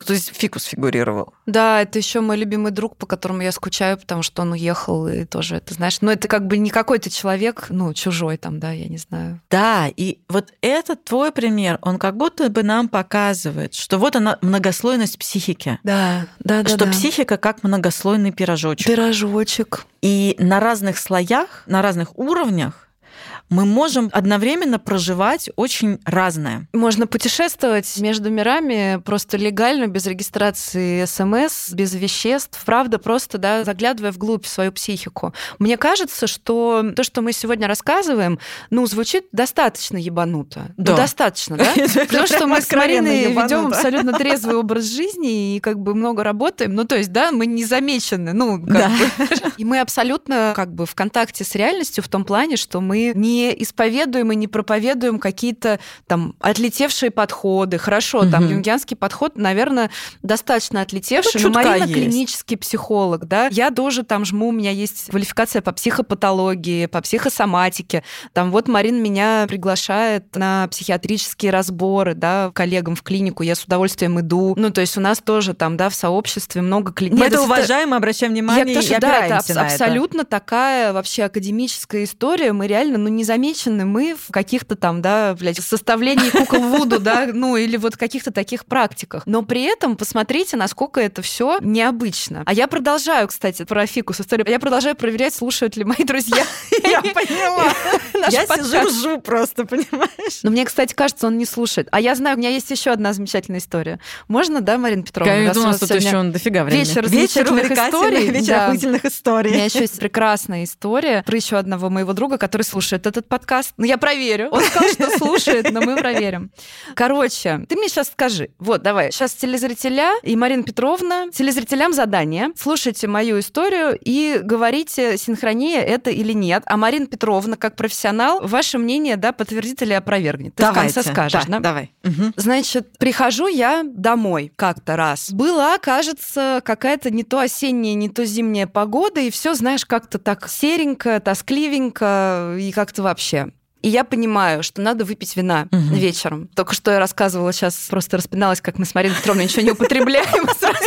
То есть фикус фигурировал. Да, это еще мой любимый друг, по которому я скучаю, потому что он уехал, и тоже, это знаешь, ну это как бы не какой-то человек, ну, чужой там, да, я не знаю. Да, и вот этот твой пример, он как будто бы нам показывает, что вот она многослойность психики. Да. Что психика как многослойный пирожочек. Пирожочек. И на разных слоях, на разных уровнях мы можем одновременно проживать очень разное. Можно путешествовать между мирами просто легально, без регистрации СМС, без веществ, правда, просто, да, заглядывая вглубь в свою психику. Мне кажется, что то, что мы сегодня рассказываем, ну, звучит достаточно ебануто. Да. Ну, достаточно, да? Потому что мы с Мариной ведем абсолютно трезвый образ жизни и как бы много работаем. Ну, то есть, да, мы не замечены. Ну, как бы. И мы абсолютно как бы в контакте с реальностью в том плане, что мы не исповедуем и не проповедуем какие-то там отлетевшие подходы. Хорошо, там юнгианский подход, наверное, достаточно отлетевший, но Марина клинический психолог, да. Я тоже там жму, у меня есть квалификация по психопатологии, по психосоматике. Там вот Марина меня приглашает на психиатрические разборы, да, коллегам в клинику, я с удовольствием иду. Ну, то есть у нас тоже там, да, в сообществе много клиник. Мы это уважаем, мы обращаем внимание и опираемся на это. Абсолютно такая вообще академическая история. Мы реально, ну, не замечены мы в каких-то там, да, блядь, составлении кукол Вуду, да, ну, или вот каких-то таких практиках. Но при этом посмотрите, насколько это все необычно. А я продолжаю, кстати, про фикус историю. Я продолжаю проверять, слушают ли мои друзья. Я поняла. Я сижу, ржу просто, понимаешь? Но мне, кстати, кажется, он не слушает. А я знаю, у меня есть еще одна замечательная история. Можно, да, Марина Петровна? Я думаю, что еще дофига времени. Вечер замечательных историй. Вечер охуительных историй. У меня еще есть прекрасная история про еще одного моего друга, который слушает этот подкаст. Ну, я проверю. Он сказал, что слушает, но мы проверим. Короче, ты мне сейчас скажи. Вот, давай. Сейчас телезрителя и Марина Петровна. Телезрителям задание. Слушайте мою историю и говорите, синхрония это или нет. А Марина Петровна, как профессионал, ваше мнение, да, подтвердит или опровергнет. Ты Давайте. в конце скажешь, да? Давай. Значит, прихожу я домой как-то раз. Была, кажется, какая-то не то осенняя, не то зимняя погода, и все, знаешь, как-то так серенько, тоскливенько и как-то вообще. И я понимаю, что надо выпить вина вечером. Только что я рассказывала, сейчас просто распиналась, как мы с Мариной Петровной ничего не употребляем.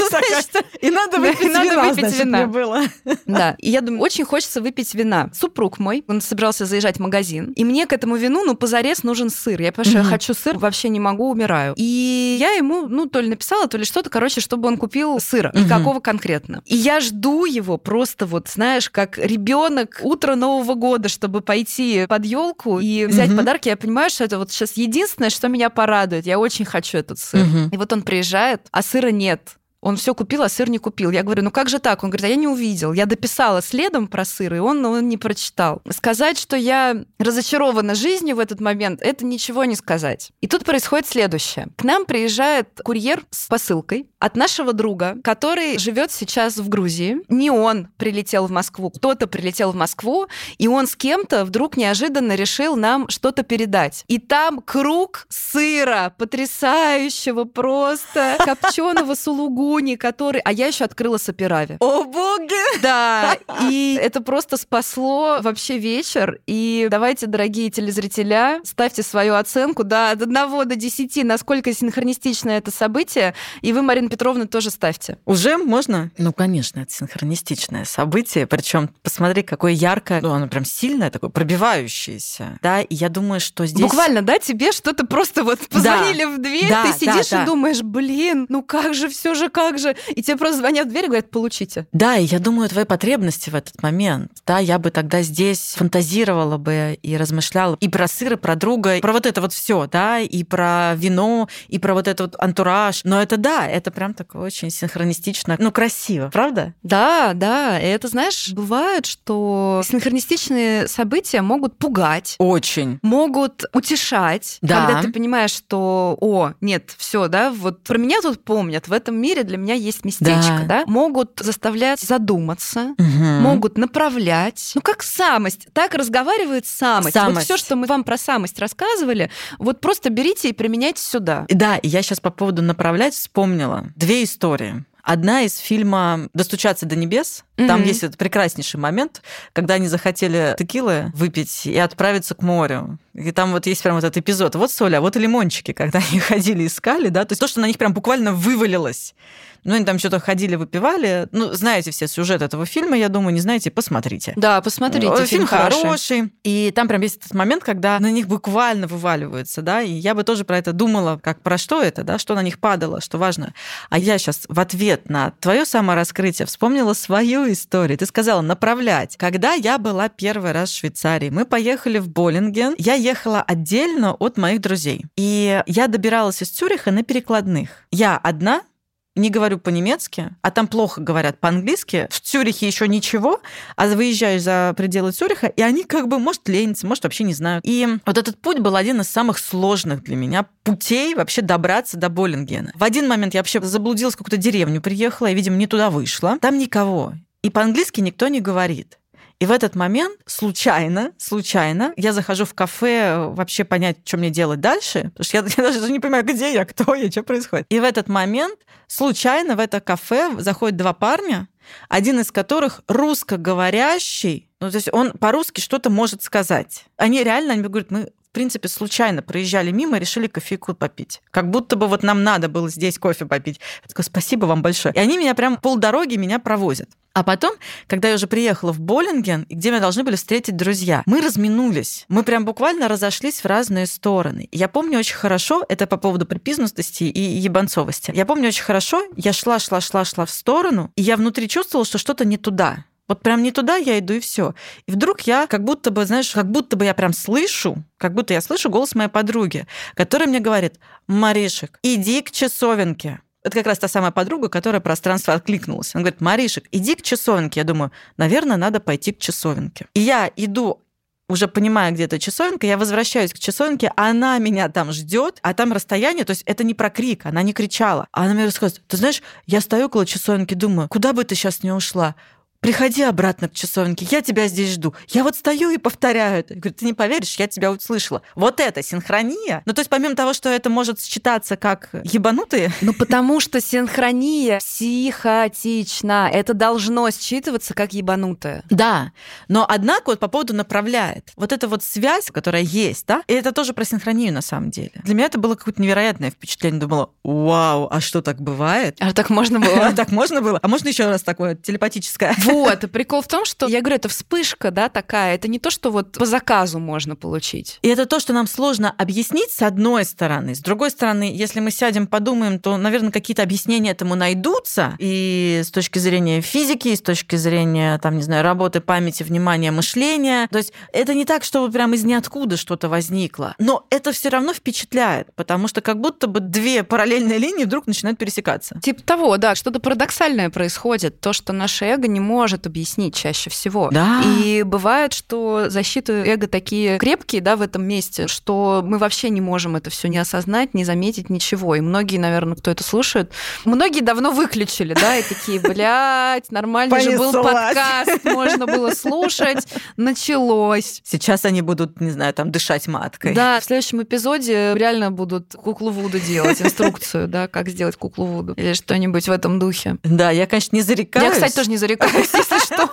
И надо выпить вина. Было. Да. И я думаю, очень хочется выпить вина. Супруг мой, он собирался заезжать в магазин, и мне к этому вину, ну, позарез нужен сыр. Я понимаю, что я хочу сыр, вообще не могу, умираю. И я ему, ну, то ли написала, то ли что-то, короче, чтобы он купил сыра. И какого конкретно. И я жду его просто вот, знаешь, как ребенок утро Нового года, чтобы пойти под елку и взять подарки. Я понимаю, что это вот сейчас единственное, что меня порадует. Я очень хочу этот сыр. И вот он приезжает, а сыра нет. Он все купил, а сыр не купил. Я говорю, ну как же так? Он говорит, а я не увидел. Я дописала следом про сыр, и он не прочитал. Сказать, что я разочарована жизнью в этот момент, это ничего не сказать. И тут происходит следующее. К нам приезжает курьер с посылкой от нашего друга, который живет сейчас в Грузии. Не он прилетел в Москву, кто-то прилетел в Москву, и он с кем-то вдруг неожиданно решил нам что-то передать. И там круг сыра, потрясающего просто, копченого сулугуни, который... А я еще открыла саперави. О, боги! Да, и это просто спасло вообще вечер. И давайте, дорогие телезрителя, ставьте свою оценку, да, от 1 до 10, насколько синхронистично это событие. И вы, Марина Петровна, тоже ставьте. Уже можно? Ну, конечно, это синхронистичное событие. Причем посмотри, какое яркое, ну, оно прям сильное, такое пробивающееся. Да, и я думаю, что здесь... Буквально, да, тебе что-то просто вот позвонили в дверь, да, ты сидишь и думаешь, блин, ну как же, все же как же. И тебе просто звонят в дверь и говорят, получите. Да, и я думаю, твои потребности в этот момент. Да, я бы тогда здесь фантазировала бы и размышляла и про сыр, и про друга, и про вот это вот все, да, и про вино, и про вот этот вот антураж. Но это да, это прям такое очень синхронистично, ну, красиво, правда? Да, да. И это, знаешь, бывает, что синхронистичные события могут пугать. Очень. Могут утешать, да. Когда ты понимаешь, что, о, нет, все, да, вот про меня тут помнят, в этом мире для меня есть местечко, да. Могут заставлять задуматься, могут направлять. Ну, как самость. Так разговаривает самость. Вот все, что мы вам про самость рассказывали, вот просто берите и применяйте сюда. Да, и я сейчас по поводу направлять вспомнила 2 истории. Одна из фильма «Достучаться до небес», Там есть этот прекраснейший момент, когда они захотели текилы выпить и отправиться к морю. И там вот есть прям вот этот эпизод. Вот соль, а вот и лимончики, когда они ходили, искали, да, то есть то, что на них прям буквально вывалилось. Ну, они там что-то ходили, выпивали. Ну, знаете все сюжет этого фильма, я думаю, не знаете, посмотрите. Да, посмотрите. Фильм хороший. И там прям есть этот момент, когда на них буквально вываливаются, да, и я бы тоже про это думала, как про что это, да, что на них падало, что важно. А я сейчас в ответ на твое самораскрытие вспомнила свою историю. Ты сказала направлять. Когда я была первый раз в Швейцарии, мы поехали в Боллинген. Я ехала отдельно от моих друзей. И я добиралась из Цюриха на перекладных. Я одна, не говорю по-немецки, а там плохо говорят по-английски. В Цюрихе еще ничего, а выезжаешь за пределы Цюриха, и они как бы, может, ленятся, может, вообще не знают. И вот этот путь был один из самых сложных для меня путей вообще добраться до Боллингена. В один момент я вообще заблудилась в какую-то деревню, приехала, и, видимо, не туда вышла. Там никого. И по-английски никто не говорит. И в этот момент случайно, я захожу в кафе вообще понять, что мне делать дальше, потому что я даже не понимаю, где я, кто я, что происходит. И в этот момент случайно в это кафе заходят два парня, один из которых русскоговорящий, ну, то есть он по-русски что-то может сказать. Они говорят, мы в принципе, случайно проезжали мимо и решили кофейку попить. Как будто бы вот нам надо было здесь кофе попить. Я такая, спасибо вам большое. И они меня прям полдороги меня провозят. А потом, когда я уже приехала в Боллинген, где меня должны были встретить друзья, мы разминулись. Мы прям буквально разошлись в разные стороны. И я помню очень хорошо, это по поводу припизнутости и ебанцовости. Я помню очень хорошо, я шла в сторону, и я внутри чувствовала, что что-то не туда. Вот прям не туда я иду, и все. И вдруг я как будто бы я прям слышу, как будто я слышу голос моей подруги, которая мне говорит: «Маришек, иди к часовенке». Это как раз та самая подруга, которая пространство откликнулась. Она говорит: «Маришек, иди к часовенке». Я думаю, наверное, надо пойти к часовенке. И я иду, уже понимая, где эта часовенка, я возвращаюсь к часовенке, она меня там ждет, а там расстояние, то есть это не про крик, она не кричала. А она мне рассказывает: «Ты знаешь, я стою около часовенки, думаю, куда бы ты сейчас не ушла? Приходи обратно к часовенке, я тебя здесь жду». Я вот стою и повторяю это. Я говорю: «Ты не поверишь, я тебя услышала». Вот это синхрония. Ну, то есть помимо того, что это может считаться как ебанутые. Ну, потому что синхрония психотична. Это должно считываться как ебанутое. Да, но однако вот по поводу направляет. Вот эта вот связь, которая есть, да, и это тоже про синхронию на самом деле. Для меня это было какое-то невероятное впечатление. Думала: вау, а что, так бывает? А так можно было? Так можно было? А можно еще раз такое телепатическое? Вот, и прикол в том, что, я говорю, это вспышка, да, такая, это не то, что вот по заказу можно получить. И это то, что нам сложно объяснить с одной стороны. С другой стороны, если мы сядем, подумаем, то, наверное, какие-то объяснения этому найдутся. И с точки зрения физики, и с точки зрения, там, не знаю, работы памяти, внимания, мышления. То есть это не так, что прям из ниоткуда что-то возникло. Но это все равно впечатляет, потому что как будто бы две параллельные линии вдруг начинают пересекаться. Типа того, да, что-то парадоксальное происходит. То, что наше эго не может объяснить чаще всего. Да. И бывает, что защиты эго такие крепкие, да, в этом месте, что мы вообще не можем это все не осознать, не заметить ничего. И многие, наверное, кто это слушает, многие давно выключили, да, и такие: блядь, нормальный же был подкаст, можно было слушать, началось. Сейчас они будут, не знаю, там, дышать маткой. Да, в следующем эпизоде реально будут куклу Вуду делать, инструкцию, да, как сделать куклу Вуду или что-нибудь в этом духе. Да, я, конечно, не зарекаюсь. Я, кстати, тоже не зарекаюсь, если что.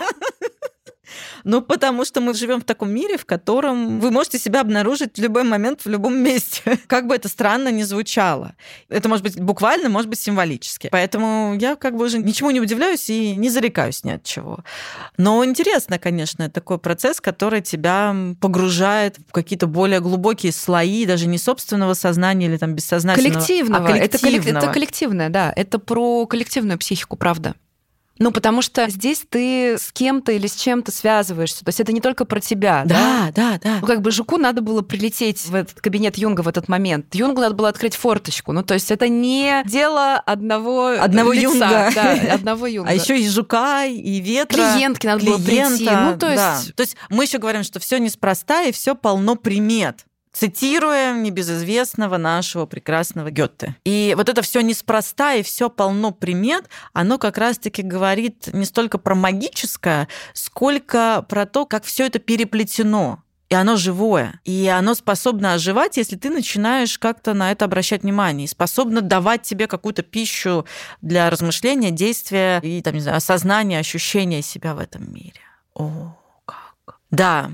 Ну, потому что мы живем в таком мире, в котором вы можете себя обнаружить в любой момент, в любом месте. Как бы это странно ни звучало. Это может быть буквально, может быть символически. Поэтому я как бы уже ничему не удивляюсь и не зарекаюсь ни от чего. Но интересно, конечно, такой процесс, который тебя погружает в какие-то более глубокие слои, даже не собственного сознания или там бессознательного, коллективного. А коллективного. Это коллективное, да. Это про коллективную психику, правда. Ну, потому что здесь ты с кем-то или с чем-то связываешься. То есть это не только про тебя. Да. Ну, как бы Жуку надо было прилететь в этот кабинет Юнга в этот момент. Юнгу надо было открыть форточку. Ну, то есть это не дело одного лица. Юнга. Да, одного Юнга. А еще и Жука, и Ветра. Клиентке надо было прийти. Ну, то есть... Да. То есть мы еще говорим, что все неспроста и все полно примет. Цитируя небезызвестного нашего прекрасного Гёте. И вот это все неспроста и все полно примет, оно как раз-таки говорит не столько про магическое, сколько про то, как все это переплетено. и оно живое. И оно способно оживать, если ты начинаешь как-то на это обращать внимание, и способно давать тебе какую-то пищу для размышления, действия и, там, не знаю, осознания, ощущения себя в этом мире. О, как. Да.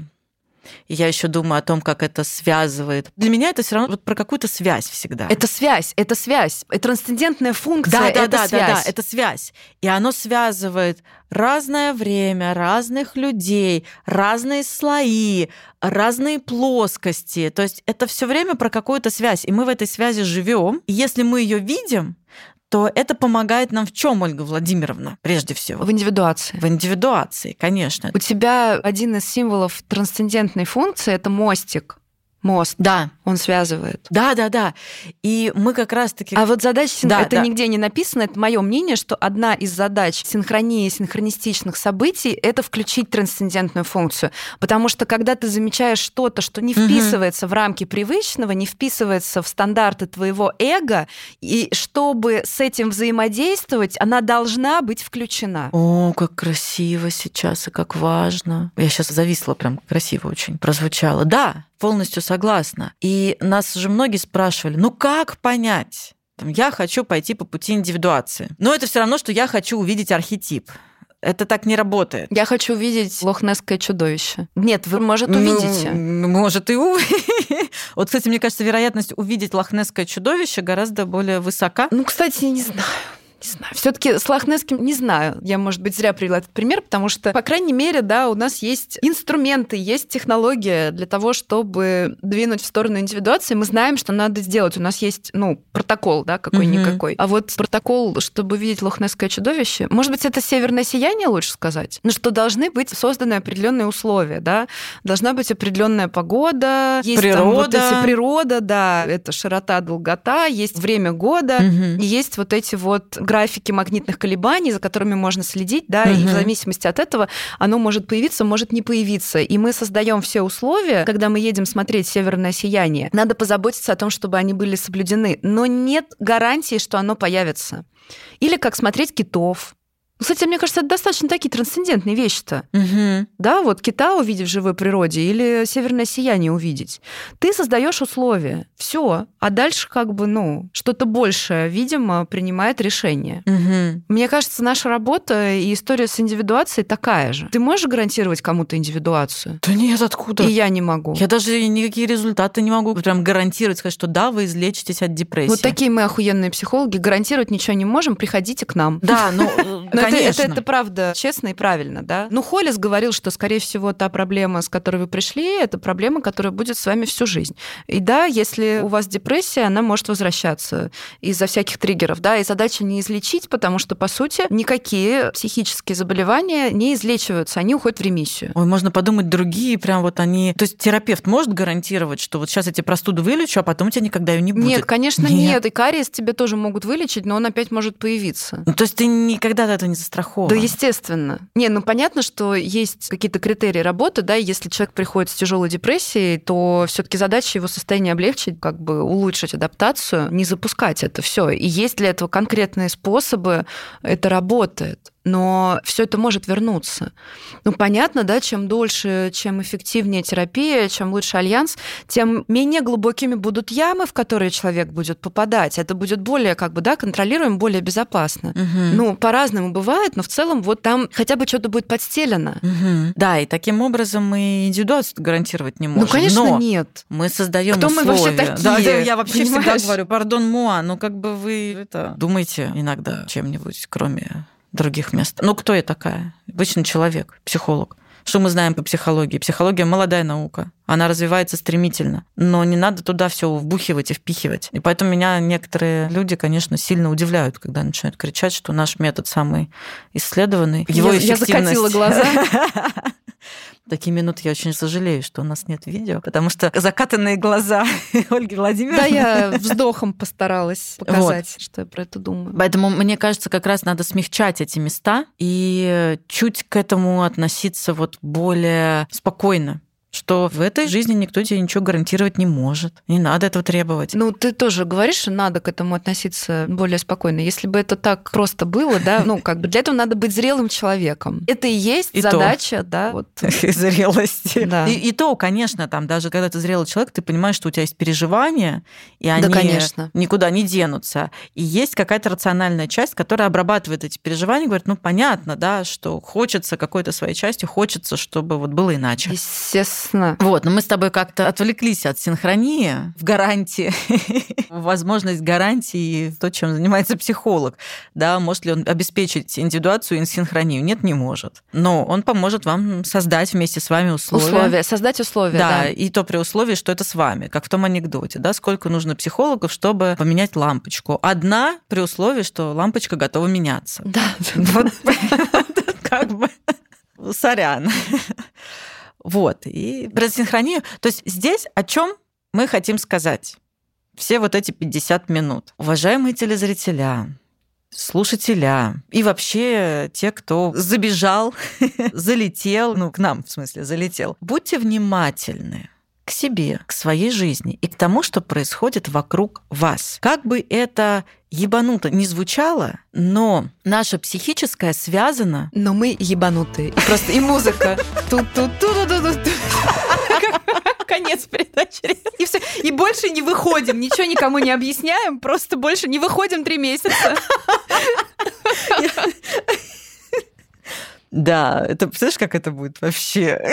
И я еще думаю о том, как это связывает. Для меня это все равно вот про какую-то связь всегда. Это связь. Трансцендентная функция. Да, это связь. И оно связывает разное время, разных людей, разные слои, разные плоскости. То есть это все время про какую-то связь. И мы в этой связи живем. И если мы ее видим, то это помогает нам в чем, Ольга Владимировна, прежде всего? В индивидуации. В индивидуации, конечно. У тебя один из символов трансцендентной функции — это мостик. Мост. Да. Он связывает. Да. И мы как раз-таки... А вот задача... это нигде не написано. Это мое мнение, что одна из задач синхронии синхронистичных событий — это включить трансцендентную функцию. Потому что когда ты замечаешь что-то, что не вписывается в рамки привычного, не вписывается в стандарты твоего эго, и чтобы с этим взаимодействовать, она должна быть включена. О, как красиво сейчас и как важно. Я сейчас зависла, прям красиво очень прозвучало. Да, полностью согласна. И нас же многие спрашивали, ну как понять? Я хочу пойти по пути индивидуации. Но это все равно, что я хочу увидеть архетип. Это так не работает. Я хочу увидеть лохнесское чудовище. Нет, вы, может, увидите. Может, и увидите. Вот, кстати, мне кажется, вероятность увидеть лохнесское чудовище гораздо более высока. Ну, кстати, не знаю. Не знаю. Все-таки с лохнесским не знаю. Я, может быть, зря привела этот пример, потому что, по крайней мере, да, у нас есть инструменты, есть технология для того, чтобы двинуть в сторону индивидуации. Мы знаем, что надо сделать. У нас есть, протокол, да, какой-никакой. А вот протокол, чтобы видеть лохнесское чудовище, может быть, это северное сияние, лучше сказать, что должны быть созданы определенные условия, да, должна быть определенная погода, есть природа, да, это широта, долгота, есть время года, и есть вот эти вот графики магнитных колебаний, за которыми можно следить, да, и в зависимости от этого оно может появиться, может не появиться. И мы создаем все условия, когда мы едем смотреть северное сияние. Надо позаботиться о том, чтобы они были соблюдены. Но нет гарантии, что оно появится. Или как смотреть китов. Кстати, мне кажется, это достаточно такие трансцендентные вещи-то. Да, вот кита увидеть в живой природе или северное сияние увидеть. Ты создаешь условия. Все. А дальше что-то большее, видимо, принимает решение. Мне кажется, наша работа и история с индивидуацией такая же. Ты можешь гарантировать кому-то индивидуацию? Да нет, откуда? И я не могу. Я даже никакие результаты не могу прям гарантировать, сказать, что да, вы излечитесь от депрессии. Вот такие мы охуенные психологи. Гарантировать ничего не можем. Приходите к нам. Да, это правда честно и правильно, да? Холлис говорил, что, скорее всего, та проблема, с которой вы пришли, это проблема, которая будет с вами всю жизнь. И да, если у вас депрессия, она может возвращаться из-за всяких триггеров, да, и задача не излечить, потому что, по сути, никакие психические заболевания не излечиваются, они уходят в ремиссию. Ой, можно подумать, другие прям вот они... То есть терапевт может гарантировать, что вот сейчас эти простуды вылечу, а потом у тебя никогда ее не будет? Нет, конечно, нет. И кариес тебе тоже могут вылечить, но он опять может появиться. То есть ты никогда от этого не застрахован? Да, естественно. Понятно, что есть какие-то критерии работы, да, если человек приходит с тяжелой депрессией, то все-таки задача его состояние облегчить, улучшить адаптацию, не запускать это все. И есть для этого конкретные способы, это работает. Но все это может вернуться. Понятно, да, чем дольше, чем эффективнее терапия, чем лучше альянс, тем менее глубокими будут ямы, в которые человек будет попадать. Это будет более, контролируемо, более безопасно. По-разному бывает, но в целом вот там хотя бы что-то будет подстелено. Да, и таким образом мы индивидуацию гарантировать не можем. Конечно, но нет. Мы создаем Кто условия. мы вообще такие? Да, я вообще понимаешь? всегда говорю, пардон, муа, вы думаете иногда чем-нибудь, кроме других мест. Кто я такая? Обычный человек, психолог. Что мы знаем по психологии? Психология – молодая наука. Она развивается стремительно. Но не надо туда все вбухивать и впихивать. И поэтому меня некоторые люди, конечно, сильно удивляют, когда начинают кричать, что наш метод самый исследованный. Его эффективность... Я закатила глаза. В такие минуты я очень сожалею, что у нас нет видео, потому что закатанные глаза Ольги Владимировны... Да, я вздохом постаралась показать, что я про это думаю. Поэтому, мне кажется, как раз надо смягчать эти места и чуть к этому относиться более спокойно. что в этой жизни никто тебе ничего гарантировать не может. Не надо этого требовать. Ну, ты тоже говоришь, что надо к этому относиться более спокойно. Если бы это так просто было, да, ну, как бы для этого надо быть зрелым человеком. Это и есть и задача, да. Вот. Зрелости. Да. И то, конечно, там, даже когда ты зрелый человек, ты понимаешь, что у тебя есть переживания, и они никуда не денутся. И есть какая-то рациональная часть, которая обрабатывает эти переживания, говорит, ну, понятно, да, что хочется какой-то своей частью, хочется, чтобы вот было иначе. Естественно. Вот, но мы с тобой как-то отвлеклись от синхронии в гарантии, возможность гарантии, то, чем занимается психолог. Да, может ли он обеспечить индивидуацию и синхронию? Нет, не может. Но он поможет вам создать вместе с вами условия. Создать условия, да. И то при условии, что это с вами, как в том анекдоте, да, сколько нужно психологов, чтобы поменять лампочку. Одна при условии, что лампочка готова меняться. Да. Вот как бы сорян. Вот. И про синхронию. То есть здесь о чем мы хотим сказать? Все вот эти 50 минут. Уважаемые телезрителя, слушателя и вообще те, кто забежал, залетел, ну, к нам, в смысле, залетел. Будьте внимательны к себе, к своей жизни и к тому, что происходит вокруг вас. Как бы это ебануто не звучало, но наша психическая связана. Но мы ебанутые. И просто и музыка. Ту-ту-ту-ту-ту-ту. Конец передачи. И все. И больше не выходим, ничего никому не объясняем, просто больше не выходим 3 месяца. Да, это представляешь, как это будет вообще?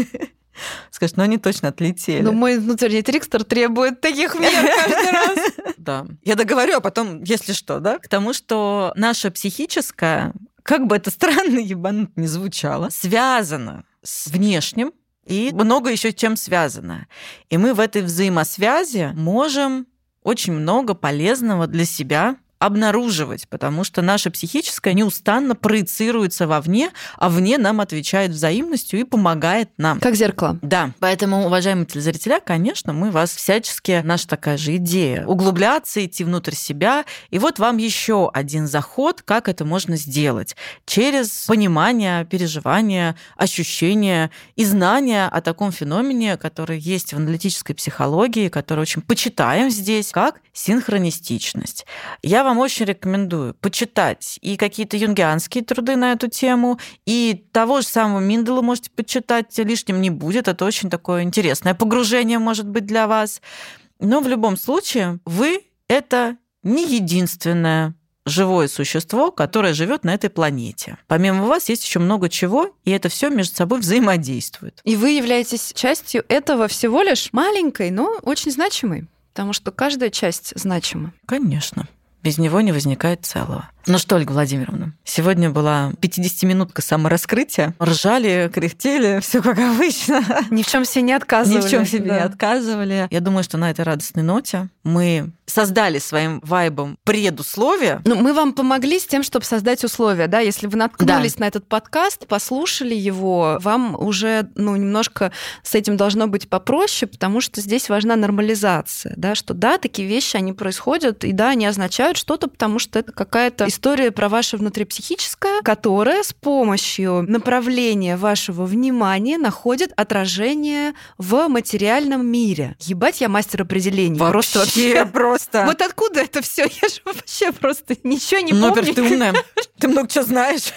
Скажешь, ну они точно отлетели. Но мой внутренний трикстер требует таких мер каждый раз. Да. Я договорю, а потом, если что, да, к тому, что наша психическая, как бы это странно ебануто не звучало, связана с внешним, и много еще чем связано. И мы в этой взаимосвязи можем очень много полезного для себя обнаруживать, потому что наша психическая неустанно проецируется вовне, а вне нам отвечает взаимностью и помогает нам. Как зеркало. Да. Поэтому, уважаемые телезрители, конечно, мы вас всячески, наша такая же идея, углубляться, идти внутрь себя. И вот вам еще один заход, как это можно сделать. Через понимание, переживание, ощущение и знание о таком феномене, который есть в аналитической психологии, который очень почитаем здесь, как синхронистичность. Я вам очень рекомендую почитать и какие-то юнгианские труды на эту тему, и того же самого Минделя можете почитать, лишним не будет. Это очень такое интересное погружение может быть для вас. Но в любом случае вы — это не единственное живое существо, которое живет на этой планете. Помимо вас есть еще много чего, и это все между собой взаимодействует. И вы являетесь частью этого всего лишь маленькой, но очень значимой, потому что каждая часть значима. Конечно. Без него не возникает целого. Ну что, Ольга Владимировна, сегодня была 50-минутка самораскрытия. Ржали, кряхтели, все как обычно. Ни в чем себе не отказывали. Ни в чем себе не отказывали. Я думаю, что на этой радостной ноте мы создали своим вайбом предусловия. Ну, мы вам помогли с тем, чтобы создать условия, да? Если вы наткнулись на этот подкаст, послушали его, вам уже, немножко с этим должно быть попроще, потому что здесь важна нормализация, да, что да, такие вещи, они происходят, и да, они означают что-то, потому что это какая-то история про ваше внутрипсихическое, которая с помощью направления вашего внимания находит отражение в материальном мире. Ебать, я мастер определений. Вообще просто. Вот откуда это все? Я же вообще просто ничего не помню. Нопер, ты умная. Ты много чего знаешь.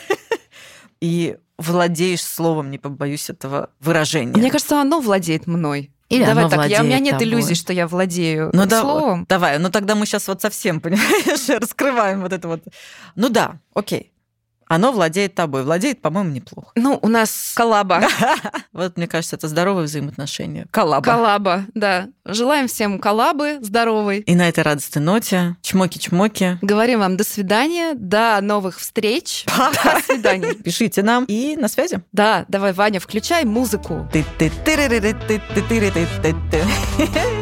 И владеешь словом, не побоюсь этого выражения. Мне кажется, оно владеет мной. Или давай так, у меня нет тобой. Иллюзий, что я владею словом. Давай, тогда мы сейчас вот совсем, понимаешь, раскрываем вот это вот. Ну да, окей. Оно владеет тобой. Владеет, по-моему, неплохо. У нас коллаба. Вот, мне кажется, это здоровые взаимоотношения. Коллаба. Коллаба, да. Желаем всем коллабы здоровой. И на этой радостной ноте чмоки-чмоки. Говорим вам до свидания, до новых встреч. До свидания. Пишите нам и на связи. Да, давай, Ваня, включай музыку. Ты-ты-ты-ты-ты-ты-ты-ты-ты.